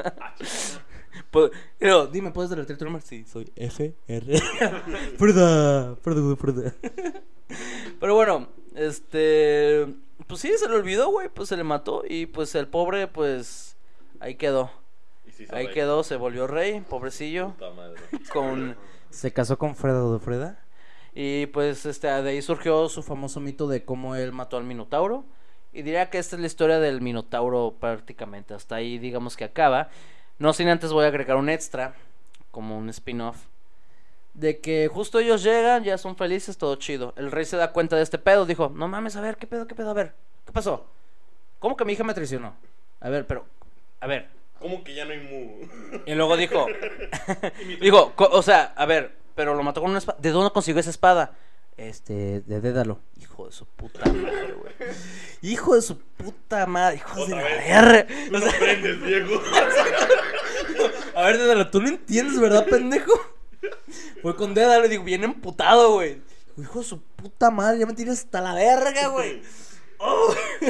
Pues, pero, dime, ¿puedes deletrear tu nombre? Sí, soy F R Freda, Fredo de Freda. Pero bueno, este, pues sí, se le olvidó, güey, pues se le mató y pues el pobre, pues, ahí quedó. Y se hizo Ahí rey. quedó, se volvió rey, pobrecillo, Puta madre. con... Se casó con Fredo de Freda. Y pues este, de ahí surgió su Famoso mito de cómo él mató al Minotauro. Y diría que esta es la historia del Minotauro prácticamente. Hasta ahí digamos que acaba. No sin antes voy a agregar un extra, como un spin-off. De que justo ellos llegan, ya son felices, todo chido. El rey se da cuenta de este pedo, dijo, no mames, a ver, ¿qué pedo, qué pedo? A ver, ¿qué pasó? ¿Cómo que mi hija me traicionó? A ver, pero, a ver. ¿Cómo que ya no hay mu? Y luego dijo, dijo, co- o sea, a ver, pero lo mató con una espada. ¿De dónde consiguió esa espada? Este, de Dédalo. Hijo de su puta madre, güey. Hijo de su puta madre, hijo de Otra la vez. verga. No aprendes, viejo. A ver, Dédalo, tú no entiendes, ¿verdad, pendejo? Fue con Dédalo y digo, bien emputado, güey. Hijo de su puta madre, ya me tienes hasta la verga, güey. Oh.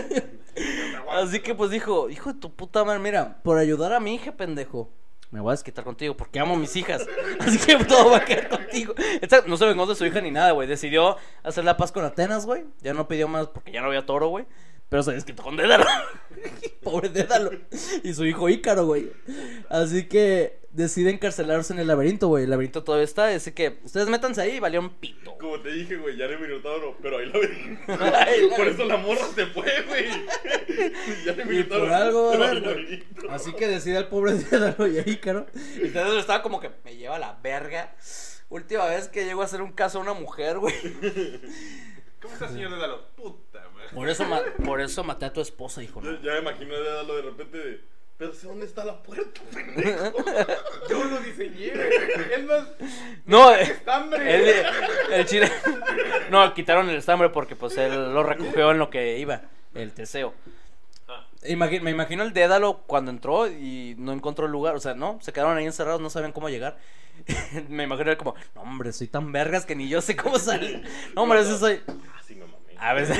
Así que pues dijo, hijo de tu puta madre, mira, por ayudar a mi hija, pendejo, me voy a desquitar contigo porque amo a mis hijas. Así que todo va a quedar contigo. Esta no se vengó de su hija ni nada, güey. Decidió hacer la paz con Atenas, güey. Ya no pidió más porque ya no había toro, güey. Pero se desquitó con Dédalo. Pobre Dédalo. Y su hijo Ícaro, güey. Así que decide encarcelarse en el laberinto, güey. El laberinto todavía está. Así que ustedes métanse ahí y valió un pito. Como te dije, güey, ya no hay Minotauro, pero ahí la ven. Ay, Por eso la morra se fue, güey. Ya no hay Y Minotauro. por algo, pero ¿verdad, ahí güey? laberinto. Así que decide al pobre Dédalo y a Ícaro. Y Dédalo estaba como que me lleva la verga. Última vez que llego a hacer un caso a una mujer, güey. ¿Cómo está, señor Dédalo? Puta madre. Por eso, ma- por eso maté a tu esposa, hijo. Ya, ¿no? ya me imagino de darlo de repente de. Pero sé dónde está la puerta, pendejo. Yo lo diseñé, güey. Es más, No, eh, estambre. el, el chile. No, quitaron el estambre porque pues él lo recogió en lo que iba, el Teseo. Ah. Imagi- me imagino el Dédalo cuando entró y no encontró el lugar, o sea, no, se quedaron ahí encerrados, no sabían cómo llegar. Me imagino él como, no hombre, soy tan vergas que ni yo sé cómo salir. No hombre, ese soy... Ah, sí, me mamé. A veces...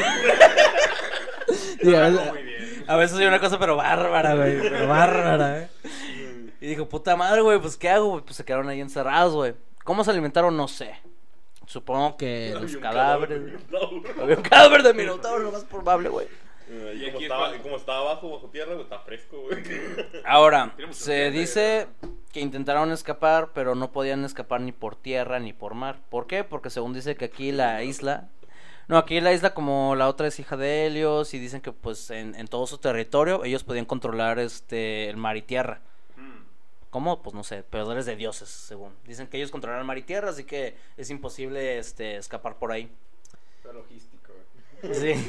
Sí, a Algo veces, muy bien. A veces soy una cosa pero bárbara, güey, pero bárbara, eh. Y dijo, puta madre, güey, pues ¿qué hago, güey? Pues se quedaron ahí encerrados, güey. ¿Cómo se alimentaron? No sé. Supongo que Había los un cadáveres... cadáver de Minotauro. Había un cadáver de Minotauro, lo más probable, güey. Eh, Y Y como aquí estaba, es- como estaba abajo, bajo tierra, güey, está fresco, güey. Ahora, Tiene mucho se sentido, dice que intentaron escapar, pero no podían escapar ni por tierra ni por mar. ¿Por qué? Porque según dice que aquí la isla... No, aquí la isla como la otra es hija de Helios y dicen que pues en, en todo su territorio ellos podían controlar este el mar y tierra. Mm. ¿Cómo? Pues no sé, poderes de dioses, según. Dicen que ellos controlan el mar y tierra, así que es imposible este escapar por ahí. Está logístico, güey. Sí.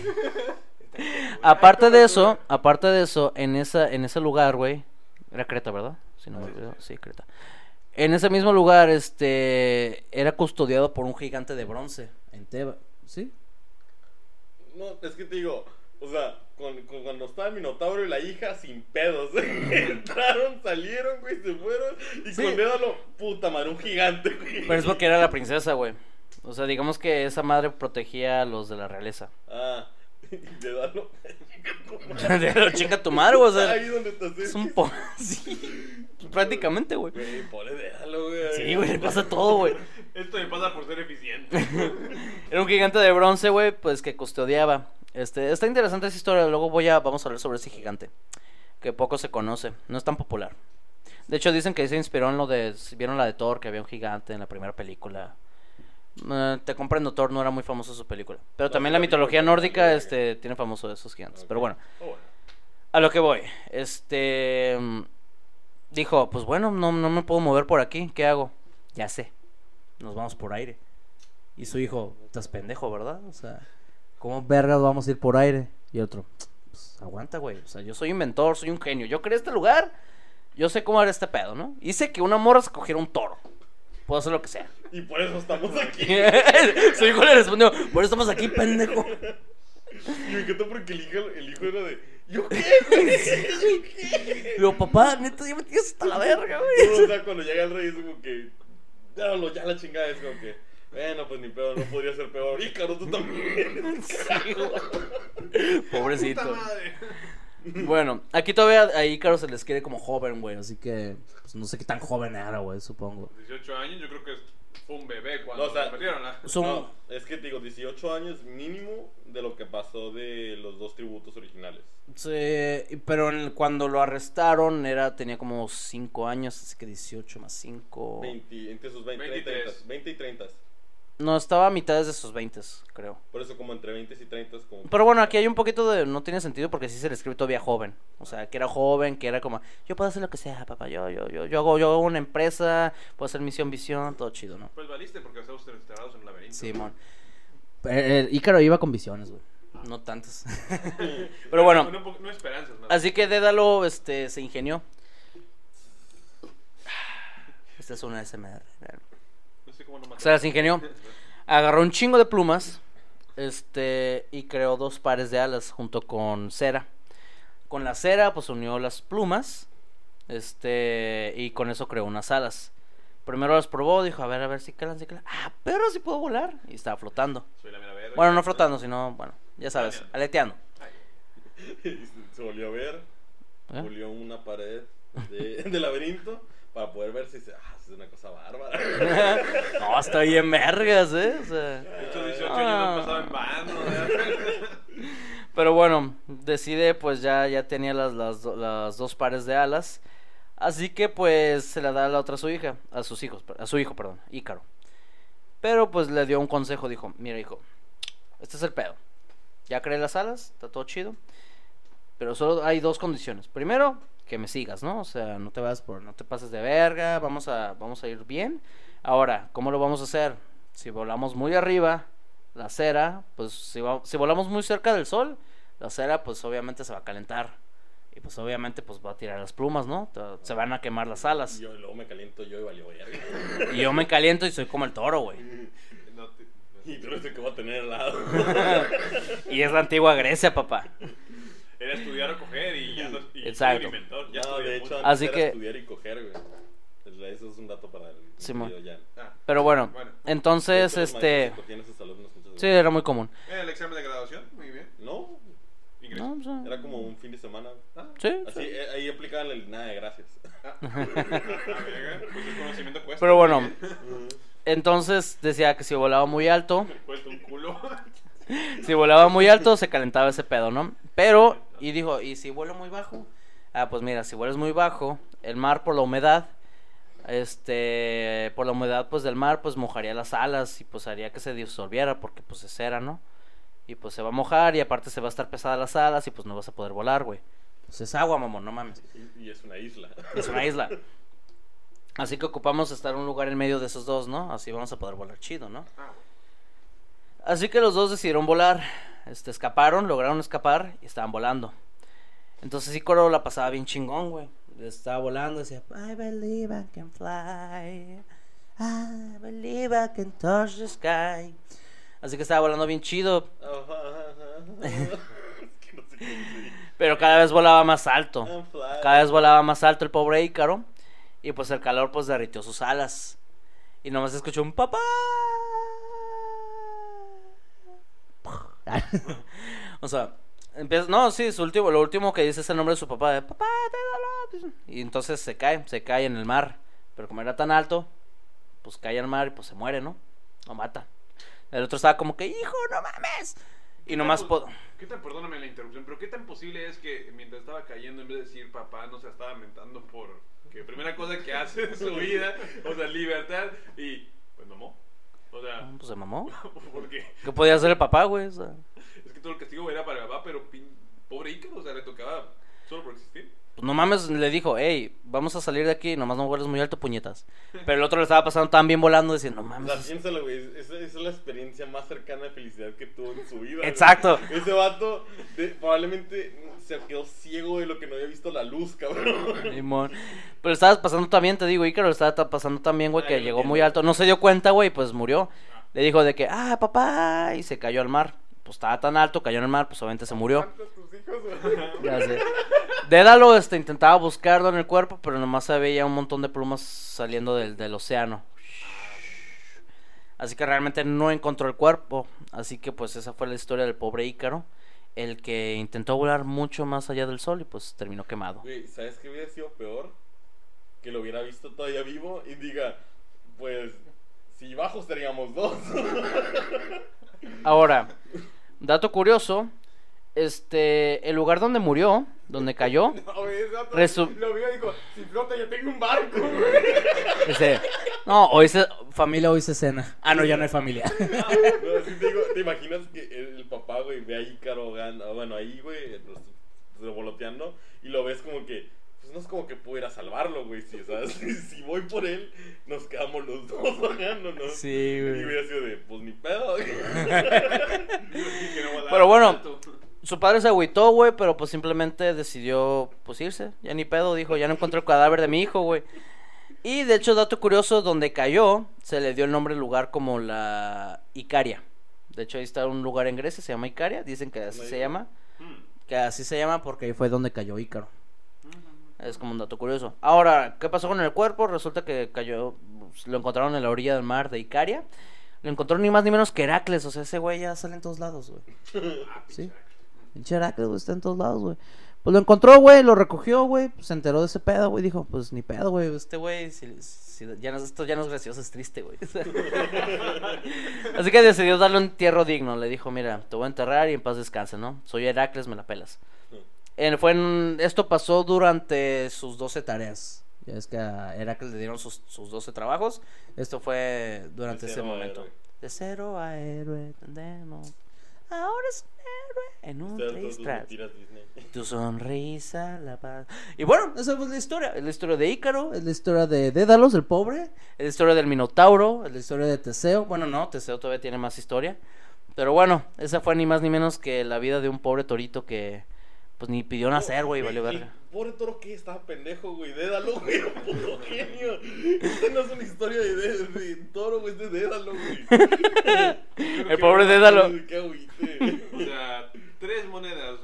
Aparte de eso, aparte de eso, en esa en ese lugar, güey, era Creta, ¿verdad? Si no me olvido, sí, Creta. En ese mismo lugar, este, era custodiado por un gigante de bronce. en Teba, ¿sí? No, es que te digo, o sea, con, con- cuando estaba el Minotauro y la hija, sin pedos. Entraron, salieron, güey, se fueron. Y Sí. con Dédalo, puta madre, un gigante, güey. Pero es porque era la princesa, güey. O sea, digamos que esa madre protegía a los de la realeza. Ah, y Dédalo. Lo chinga tu madre, güey. O sea, Ahí donde te es un po... Sí. Prácticamente, güey. Güey, pobre Dédalo, güey. Sí, güey, le pasa todo, güey. Esto me pasa por ser eficiente. Era un gigante de bronce, güey, pues que custodiaba. Este, está interesante esa historia. Luego voy a, vamos a hablar sobre ese gigante. Que poco se conoce, no es tan popular. De hecho, dicen que se inspiró en lo de. Si vieron la de Thor, que había un gigante en la primera película. Eh, te comprendo, Thor no era muy famoso su película. Pero No, también sí, la la mitología película nórdica, también, este, tiene famoso de esos gigantes. Ok. Pero bueno, Oh, bueno. a lo que voy. Este. mm, Dijo, pues bueno, no, no me puedo mover por aquí. ¿Qué hago? Ya sé. Nos vamos por aire. Y su hijo, estás pendejo, ¿verdad? O sea, ¿cómo vergas vamos a ir por aire? Y otro, pues aguanta, güey. O sea, yo soy inventor, soy un genio. Yo creé este lugar. Yo sé cómo era este pedo, ¿no? Hice que una morra se cogiera un toro. Puedo hacer lo que sea. Y por eso estamos aquí. Su hijo le respondió, por eso estamos aquí, pendejo. Y me encantó porque el hijo, el hijo era de. ¿Yo qué, güey? ¿Yo qué? Digo, papá, neta, ya me tienes hasta la verga, güey. No, o sea, cuando llega el rey es como que. Ya, lo- ya la chingada es como que. Bueno, pues ni peor, no podría ser peor. Ícaro, tú también. Sí, güey. Pobrecito. Puta madre. Bueno, aquí todavía a Ícaro se les quiere como joven, güey. Así que, pues no sé qué tan joven era, güey, supongo. dieciocho años, yo creo que fue un bebé cuando No, o sea, lo metieron. ¿Ah? Son... No, es que te digo, dieciocho años mínimo de lo que pasó de los dos tributos originales. Sí, pero en- cuando lo arrestaron era tenía como cinco años, así que dieciocho más cinco. veinte, entre sus veinte, veintitrés. treinta, veinte y treinta. No, estaba a mitades de sus veinte, creo. Por eso como entre veinte y treinta como... Pero bueno, aquí hay un poquito de... No tiene sentido porque sí se le escribe todavía joven. O sea, que era joven, que era como... Yo puedo hacer lo que sea, papá. Yo yo yo yo hago, yo hago una empresa, puedo hacer misión, visión, todo chido, ¿no? Pues valiste porque estamos encerrados en un laberinto. Simón. Eh, eh, Ícaro iba con visiones, güey. No tantas. Pero bueno, No, no, no esperanzas, nada. así que Dédalo este, se ingenió. Esta es una S M R. No sé cómo no matar. Se las ingenió. Agarró un chingo de plumas. Este. Y creó dos pares de alas junto con cera. Con la cera, pues unió las plumas. Este. Y con eso creó unas alas. Primero las probó, dijo, a ver, a ver si calan, si calan. Ah, pero sí puedo volar. Y estaba flotando. Soy la mera verga. Bueno, no flotando, sino, bueno, ya sabes, aleteando. Se volvió a ver, ¿Eh? volvió una pared de, de laberinto para poder ver si se... Ah, es una cosa bárbara. No, está bien vergas, ¿eh? O sea, Estos dieciocho Ah. años no han pasado en vano. ¿verdad? pero bueno, decide, pues ya, ya tenía las, las, do- las dos pares de alas. Así que pues se la da a la otra a su hija, a sus hijos, a su hijo, perdón, Ícaro. Pero pues le dio un consejo, dijo, mira hijo, este es el pedo. Ya creé las alas, está todo chido. Pero solo hay dos condiciones. Primero, que me sigas, ¿no? O sea, no te vas por, no te pases de verga, vamos a, vamos a ir bien. Ahora, ¿cómo lo vamos a hacer? Si volamos muy arriba, la cera, pues si, va- si volamos muy cerca del sol, la cera pues obviamente se va a calentar. Y pues obviamente pues va a tirar las plumas, ¿no? Te- Se van a quemar las alas. Y yo luego me caliento yo y valió verga. Y yo me caliento y soy como el toro, güey. No te- Y tú eres el que va a tener al lado. Y es la antigua Grecia, papá. Era estudiar o coger y ya no. Y Exacto. soy el inventor, ya No, estoy de en hecho, mundo. antes Así era que- estudiar y coger, güey. Eso es un dato para el Simón. video ya. Ah, Pero bueno, Bueno. entonces, De hecho, los este... maestros cogían a sus alumnos muchas Sí, veces. era muy común. ¿Era el examen de graduación? Muy bien. No, Ingreso. No, pues, era como un fin de semana. Ah, sí, Así, sí. eh, ahí aplicaban el nada de gracias. ah, verga, pues el conocimiento cuesta. Pero bueno, entonces decía que si volaba muy alto, Cuesta un culo. si volaba muy alto se calentaba ese pedo, ¿no? Pero, y dijo, ¿y si vuelo muy bajo? Ah, pues mira, si vuelas muy bajo, el mar por la humedad, este, por la humedad pues del mar, pues mojaría las alas y pues haría que se disolviera porque pues es cera, ¿no? Y pues se va a mojar y aparte se va a estar pesada las alas y pues no vas a poder volar, güey. Pues es agua, mamón, no mames. Y, y es una isla. Es una isla. Así que ocupamos estar en un lugar en medio de esos dos, ¿no? Así vamos a poder volar chido, ¿no? Ah, Así que los dos decidieron volar. Este, escaparon, lograron escapar y estaban volando. Entonces Ícaro la pasaba bien chingón, güey. Estaba volando, decía, I believe I can fly. I believe I can touch the sky. Así que estaba volando bien chido. Es que no sé cómo se Pero cada vez volaba más alto. I'm flying. Cada vez volaba más alto el pobre Ícaro. Y pues el calor pues derritió sus alas. Y nomás escuchó un papá. O sea, empieza, no, sí, su último, lo último que dice es el nombre de su papá, de papá, te dolor. Y entonces se cae, se cae en el mar. Pero como era tan alto, pues cae al mar y pues se muere, ¿no? Lo mata. El otro estaba como que, hijo, no mames. Y nomás tan po- pos- ¿Qué tan, perdóname la interrupción, pero qué tan posible es que mientras estaba cayendo, en vez de decir papá, no se estaba mentando por que primera cosa que hace en su vida, o sea, libertad, y pues mamó? O sea, pues se mamó. ¿por qué? ¿Qué podía hacer el papá, güey? O sea, Es que todo el castigo era para el papá, pero pin- pobre Ícaro, o sea, le tocaba solo por existir. pues no mames, le dijo, hey, vamos a salir de aquí, nomás no vueles muy alto, puñetas. Pero el otro le estaba pasando tan bien volando, diciendo, no O mames. sea, piénsalo, güey. Esa, esa es la experiencia más cercana de felicidad que tuvo en su vida. güey. Exacto. Ese vato de- probablemente se quedó ciego de lo que no había visto la luz, cabrón. Simón. Pero le estabas pasando también, te digo, Ícaro le estaba ta- pasando también, güey, Ah, que ya lo llegó entiendo. muy alto. No se dio cuenta, güey, pues murió. Le dijo de que, ah, papá, y se cayó al mar. Pues estaba tan alto, cayó en el mar, pues obviamente se murió. ¿Cuántos tus hijos, güey? Ya sé. Dédalo, este, intentaba buscarlo en el cuerpo, pero nomás se veía un montón de plumas saliendo del, del océano. Así que realmente no encontró el cuerpo. Así que pues esa fue la historia del pobre Ícaro. El que intentó volar mucho más allá del sol y pues terminó quemado. Güey, ¿sabes qué hubiera sido peor? Que lo hubiera visto todavía vivo y diga, pues, si bajo estaríamos dos. Ahora, dato curioso, este, el lugar donde murió, donde cayó, No, güey, ese vato Resu- lo vio y dijo, si flota ya tengo un barco, güey. ese, no, hoy se, Familia hoy se cena. Ah, no, ya no hay familia. No, sí te digo, ¿te imaginas que el, el papá, güey, ve a Ícaro, gan- ah, bueno, ahí, güey, pues, revoloteando, y lo ves como que, pues no es como que pudiera salvarlo, güey, si, ¿sabes? Si, si voy por él, nos quedamos los dos bajándonos. Sí, Y güey. hubiera sido de, pues ni pedo, güey. Que no volaba Pero bueno, alto. su padre se agüitó, güey, pero pues simplemente decidió, pues irse, ya ni pedo, dijo, ya no encontré el cadáver de mi hijo, güey. Y de hecho, dato curioso, donde cayó, se le dio el nombre al lugar como la Icaria. De hecho, ahí está un lugar en Grecia, se llama Icaria, dicen que así se llama. Que así se llama porque ahí fue donde cayó Ícaro. Es como un dato curioso. Ahora, ¿qué pasó con el cuerpo? Resulta que cayó, pues, lo encontraron en la orilla del mar de Icaria. Lo encontró ni más ni menos que Heracles. O sea, ese güey ya sale en todos lados, güey. Sí. Pinche Heracles, güey, está en todos lados, güey. Pues lo encontró, güey, lo recogió, güey. Pues se enteró de ese pedo, güey. Dijo, pues ni pedo, güey. Este güey, si, si ya no, esto ya no es gracioso, es triste, güey. Así que decidió darle un entierro digno. Le dijo, mira, te voy a enterrar y en paz descanse, ¿no? Soy Heracles, me la pelas. En- fue en- esto pasó durante sus doce tareas. Ya es que a Heracles le dieron sus, sus doce trabajos. Esto fue durante De ese cero a momento. héroe. De cero a héroe, tendemos. Ahora es un héroe en un Ustedes todos tus tristras. mentiras, Disney. Tu sonrisa, la paz. Y bueno, esa fue la historia. Es la historia de Ícaro, es la historia de Dédalos, el pobre. Es la historia del Minotauro, es la historia de Teseo. Bueno, no, Teseo todavía tiene más historia. Pero bueno, esa fue ni más ni menos que la vida de un pobre torito que pues ni pidió nacer, güey, No, valió el- verga. el pobre toro que estaba pendejo, güey. Dédalo, güey. Era un puto genio. Esta no es una historia de, de, de toro, güey. Es de Dédalo, güey. El pobre Dédalo. Qué agüite. O sea, tres monedas.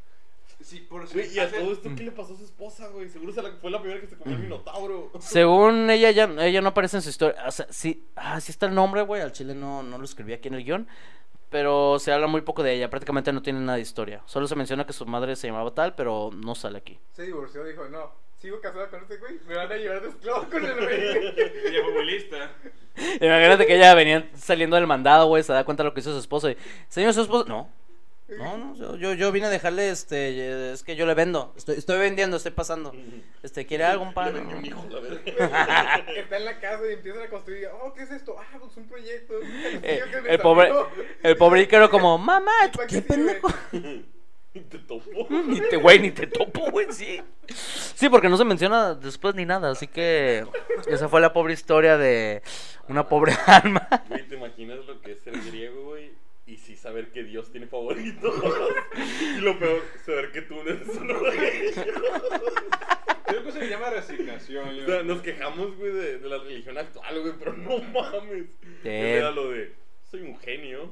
Sí, por Güey, y a hacer- todo esto, ¿qué le pasó a su esposa, güey? Seguro se la- fue la primera que se comió el minotauro. Según ella, ya, ella no aparece en su historia. O sea, sí, ah, sí está el nombre, güey. Al chile no, no lo escribí aquí en el guión. Pero se habla muy poco de ella. Prácticamente no tiene nada de historia. Solo se menciona que su madre se llamaba tal, pero no sale aquí. Se divorció, dijo, no, sigo casada con este güey, me van a llevar de esclavo con el rey. Ella fue muy lista. Imagínate que ella venía saliendo del mandado, güey. Se da cuenta de lo que hizo su esposo. Y, señor, su esposo. No. No, no, yo- yo, yo vine a dejarle, este, es que yo le vendo, estoy, estoy vendiendo, estoy pasando, este, ¿quiere algún Le pan? vendió un hijo, la verdad. Está en la casa y empiezan a construir, oh, ¿qué es esto? Ah, pues un proyecto. un Eh, castillo que me el pobre, salió. el pobre Ícaro como, mamá, ¿tú ¿Para qué qué sirve? pendejo? Te topó. Ni te, güey, ni te topo, güey, sí. Sí, porque no se menciona después ni nada, así que esa fue la pobre historia de una pobre alma. Güey, ¿te imaginas lo que es ser griego, güey? Y sí saber que Dios tiene favoritos. Y lo peor, saber que tú no eres uno de ellos. Creo que se llama resignación. yo- O sea, nos quejamos, güey, de, de la religión actual, güey, pero no mames. Que era lo de, soy un genio.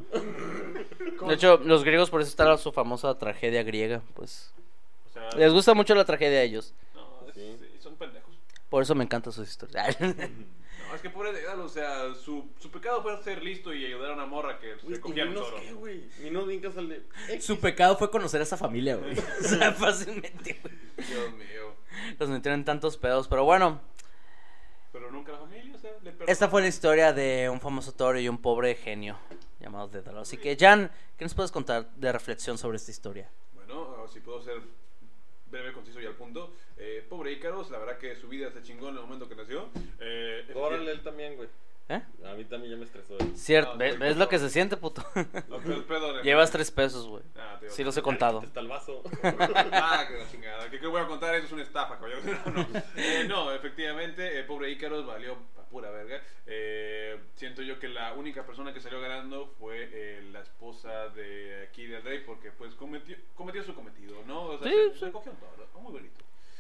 De hecho, los griegos por eso está su famosa tragedia griega, pues. O sea, Les gusta mucho la tragedia a ellos. no, es- Sí. sí, son pendejos. Por eso me encantan sus historias. No, es que pobre Dédalo, o sea, su, su pecado fue ser listo y ayudar a una morra que Güey, se ¿y cogía un Minos toro. qué, güey? Minos bien casal de... X. Su pecado fue conocer a esa familia, güey. O sea, fácilmente, güey. Dios mío. Los metieron en tantos pedos, pero bueno. Pero nunca la familia, o sea, le perdonó. Esta fue la historia de un famoso toro y un pobre genio llamado Dédalo. Así que, Jan, ¿qué nos puedes contar de reflexión sobre esta historia? Bueno, si puedo ser breve, conciso y al punto. Eh, pobre Ícaros, la verdad que su vida se chingó en el momento que nació. Eh, Cóbrale él también, güey. ¿Eh? A mí también ya me estresó. güey. Cierto, No, ¿ves, estoy ves lo que cómodo. se siente, puto? No, pero, perdón, Llevas tres pesos, güey. Ah, te digo, Sí los he contado. Está el vaso. Ah, que la chingada. ¿Qué, qué voy a contar? Eso es una estafa, caballero. No, no. Eh, no, efectivamente, el pobre Ícaros valió pa' pura verga. Eh, siento yo que la única persona que salió ganando fue eh, la esposa de aquí del rey, porque pues cometió, cometió su cometido, ¿no? O sea, Sí, se, sí. se cogió un toro, muy bonito.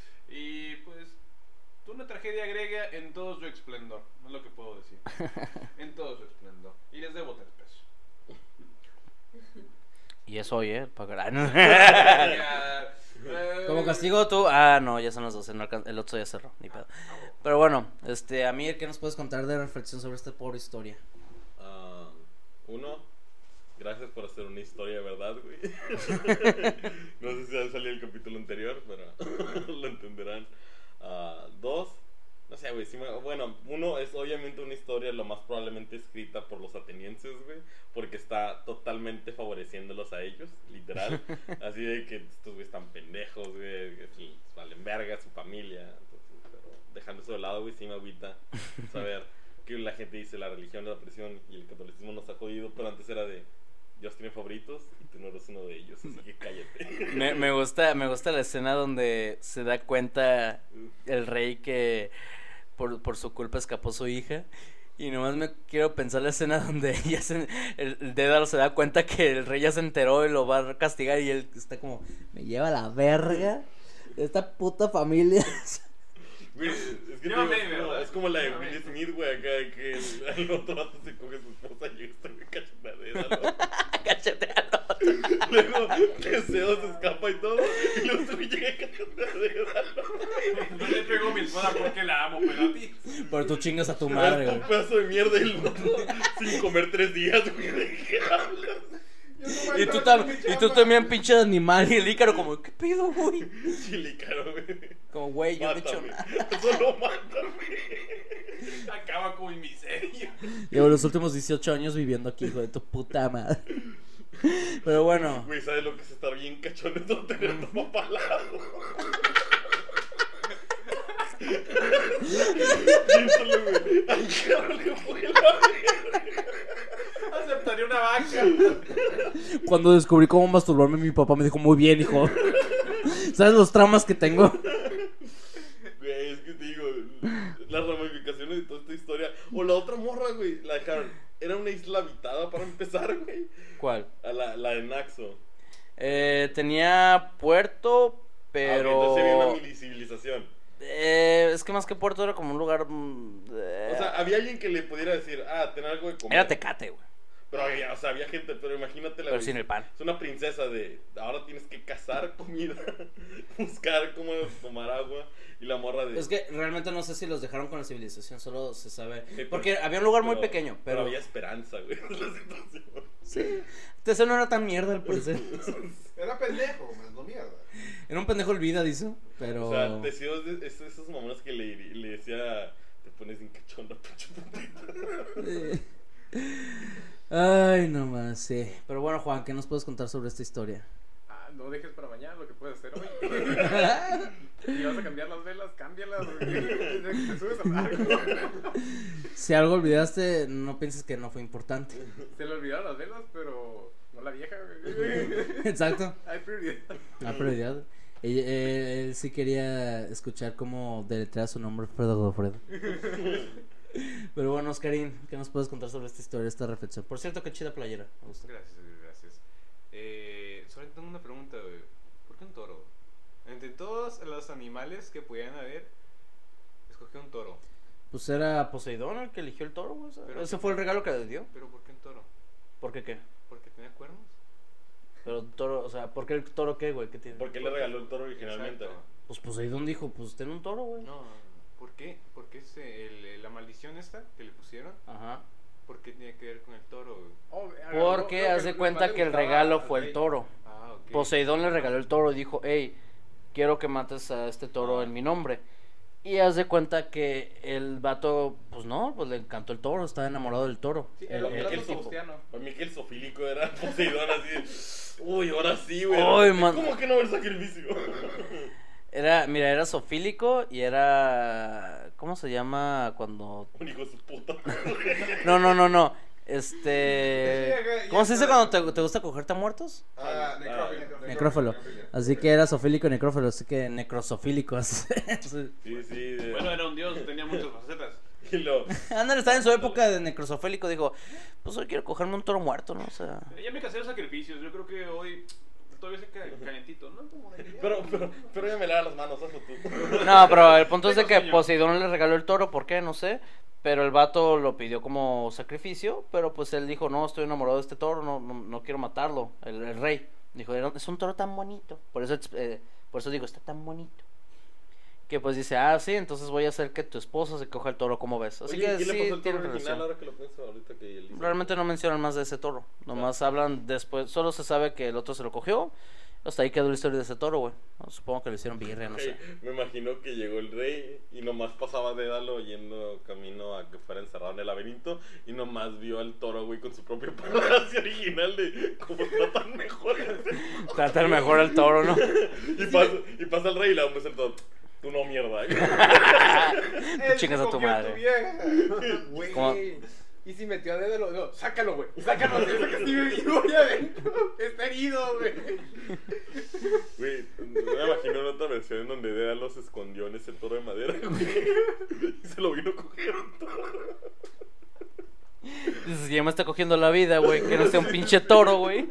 Y pues, fue una tragedia griega en todo su esplendor, no es lo que puedo decir. En todo su esplendor. Y les debo tres pesos. Y es hoy, ¿eh? Pagarán. Ya, eh, Como castigo, Tú, ah, no, ya son las doce, no alcan- el otro ya cerró, ni pedo. Pero bueno, este, a mí, ¿qué nos puedes contar de reflexión sobre esta pobre historia? Ah, uno, gracias por hacer una historia de verdad, güey. No sé si ya salió el capítulo anterior, pero lo entenderán. Ah, dos, no sé, güey. Sí me- bueno, uno es obviamente una historia lo más probablemente escrita por los atenienses, güey, porque está totalmente favoreciéndolos a ellos, literal. Así de que estos güeyes están pendejos, güey, que les valen verga su familia. Entonces, pero dejando eso de lado, güey, sí me agüita saber que la gente dice la religión, la opresión y el catolicismo nos ha jodido, pero antes era de Dios tiene favoritos y tú no eres uno de ellos, así que cállate. me, me gusta, me gusta la escena donde se da cuenta el rey que por, por su culpa escapó su hija. Y nomás me quiero pensar la escena donde ella se, el, el Dédalo se da cuenta que el rey ya se enteró y lo va a castigar y él está como, Me lleva la verga esta puta familia. Güey, es que Llámame, te digo, es, como, ¿verdad? es como la de Llámame. Will Smith, güey, acá que el, el otro vato se coge a su esposa y está en cachetadera, ¿no? cachetealo. Luego Teseo se escapa y todo, y luego se llega a cachetadera, ¿no? No le pego mi espada porque la amo, pero a ti. Pero tú chingas a tu madre, Es un güey. pedazo de mierda y el otro sin comer tres días, güey, ¿de qué hablas? Y tú, tam- y tú también, pinche animal. Y el Ícaro, como, ¿qué pido, güey? Chile, caro, güey. Como, güey, yo no he hecho Mátame, nada. solo mátame. Acaba con mi miseria. Llevo los últimos dieciocho años viviendo aquí, hijo de tu puta madre. Pero bueno, Güey, ¿sabes lo que es estar bien cachón de no tener a tu papá al lado? Piénsalo, güey. Ay, caro, le fue la verga. Aceptaría una vaca. cuando descubrí cómo masturbarme, mi papá me dijo, muy bien, hijo. ¿Sabes los traumas que tengo? Güey, es que te digo, las ramificaciones de toda esta historia. O la otra morra, güey, la dejaron. Era una isla habitada para empezar, güey. ¿Cuál? A la, la de Naxo. Eh, tenía puerto, pero... Ah, ok, entonces había una mini civilización. Eh, es que más que puerto era como un lugar... mm, eh, O sea, había alguien que le pudiera decir, ah, tener algo de comer. era Tecate, güey. Pero había, o sea, había gente, pero imagínate la Pero sin el pan. Es una princesa de, ahora tienes que cazar comida, buscar cómo tomar agua, y la morra de... Es que realmente no sé si los dejaron con la civilización, solo se sabe. Sí, pero- Porque había un lugar muy pero- pequeño, pero. había esperanza, güey, es la situación. Sí. Entonces no era tan mierda al parecer. Era pendejo, más no mierda. Era un pendejo olvidadizo, pero. O sea, deseos de esos, esos momentos que le, le decía, te pones bien cachonda, pinche putita. Eh. Ay, no más, sí. Pero bueno, Juan, ¿qué nos puedes contar sobre esta historia? Ah, no dejes para mañana lo que puedes hacer hoy. Si vas a cambiar las velas, cámbialas. Te subes al barco. Si algo olvidaste, no pienses que no fue importante. Se le olvidaron las velas, pero no la vieja. Güey. Exacto. Hay prioridad. La prioridad. Él, él- él sí quería escuchar cómo deletrear su nombre, Fredo Godofredo. Pero bueno, Oscarín, ¿qué nos puedes contar sobre esta historia, esta reflexión? Por cierto, qué chida playera. Me gusta. Gracias, gracias. Eh, solo tengo una pregunta, güey. ¿Por qué un toro? Entre todos los animales que pudieran haber, escogí un toro. Pues era Poseidón el que eligió el toro, güey. o sea, Pero- ese fue el regalo que le dio. ¿Pero por qué un toro? ¿Por qué qué? ¿Porque tenía cuernos? Pero el toro, o sea, ¿por qué el toro qué, güey? ¿Qué tiene? ¿Por qué le regaló el toro originalmente? Exacto. Pues Poseidón dijo, pues ten un toro, güey. No, ¿por qué? ¿Por qué ese, el- la maldición esta que le pusieron? Ajá. ¿Por qué tenía que ver con el toro, güey? Oh, agarró Porque lo haz de lo cuenta más le que el gustaba regalo al fue el rey. toro. Ah, ok. Poseidón le regaló el toro y dijo, hey, quiero que mates a este toro en mi nombre. Y haz de cuenta que el vato, pues no, pues le encantó el toro, estaba enamorado del toro. Sí, el, el, el- el, el el tipo. Sabustiano. Para mí que el sofílico era Poseidón así. Uy, ahora sí, güey. Ay, man. ¿Cómo que no ver sacrificio? Era, mira, era sofílico y era, ¿cómo se llama cuando? Un hijo de su puta. No, no, no, no. Este, ¿cómo se dice cuando te, te gusta cogerte a muertos? Ah, necrófilo. Necrófilo. Así que era sofílico y necrófilo, así que necrosofílico. así. Sí, sí. De... Bueno, era un dios, tenía muchas facetas. Y lo... Ándale, estaba en su época de necrosofílico, dijo, pues hoy quiero cogerme un toro muerto, ¿no? O sea, Ya me casé de sacrificios, yo creo que hoy todavía se cae calientito, ¿no? Como de que ya- Pero, pero, pero ya me lava las manos, hazlo tú. no, pero el punto es de Tengo que sueño. Poseidón le regaló el toro, ¿por qué? No sé. Pero el vato lo pidió como sacrificio, pero pues él dijo, no, estoy enamorado de este toro, no, no, no quiero matarlo, el, el rey. Dijo, "Era- es un toro tan bonito. Por eso, eh, por eso digo, está tan bonito. Que pues dice, ah, sí, entonces voy a hacer que tu esposa se coja el toro, ¿cómo ves? Así Oye, que ¿quién le sí, pasó el tiene toro original relación. ahora que lo pienso ahorita que él dice? Realmente no mencionan más de ese toro. Nomás hablan después. Solo se sabe que el otro se lo cogió. Hasta ahí quedó la historia de ese toro, güey. No, supongo que lo hicieron birria, no sé. Ey, me imagino que llegó el rey y nomás pasaba Dédalo yendo camino a que fuera encerrado en el laberinto y nomás vio al toro, güey, con su propio palacio original de cómo tratan mejor. Tratar mejor al toro, ¿no? Y pasa, y pasa el rey y le damos el toro. Tú no, mierda. Él Chingas a tu cogió madre. vieja. Güey. ¿Cómo? Y si metió a dedo, no, sácalo, güey. Sácalo, si que sigue vivo ya adentro. Está herido, güey. Güey, me imagino en otra versión en donde Dédalo se escondió en ese toro de madera, güey. Y se lo vino a coger un toro. Dices, ya me está cogiendo la vida, güey. Que no sea un pinche toro, güey.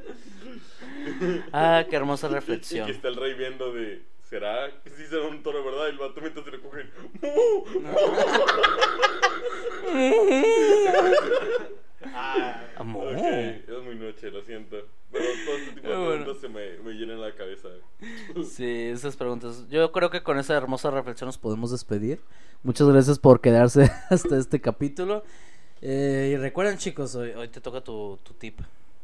Ah, qué hermosa Y que reflexión. está el rey viendo de... ¿Será que sí será un toro de verdad? Y el vato mientras se le cogen. Ah, Amor. Ok, es muy noche, lo siento. Pero todo este tipo de Bueno. preguntas se me, me llenan la cabeza. Sí, esas preguntas. Yo creo que con esa hermosa reflexión nos podemos despedir. Muchas gracias por quedarse hasta este capítulo. Eh, y recuerden, chicos, hoy, hoy te toca tu, tu tip.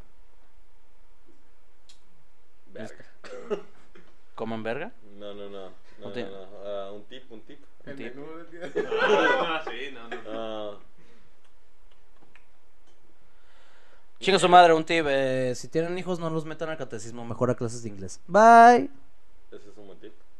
Verga. ¿Comen verga? No, no, no. No, Un tip. no, no. Ah, un tip, un tip. El tip. menú del día. Ah, sí, no, no. Ah, Chinga su madre, un tip. Eh, si tienen hijos, no los metan al catecismo, mejor a clases de inglés. Bye. ese es un buen tip.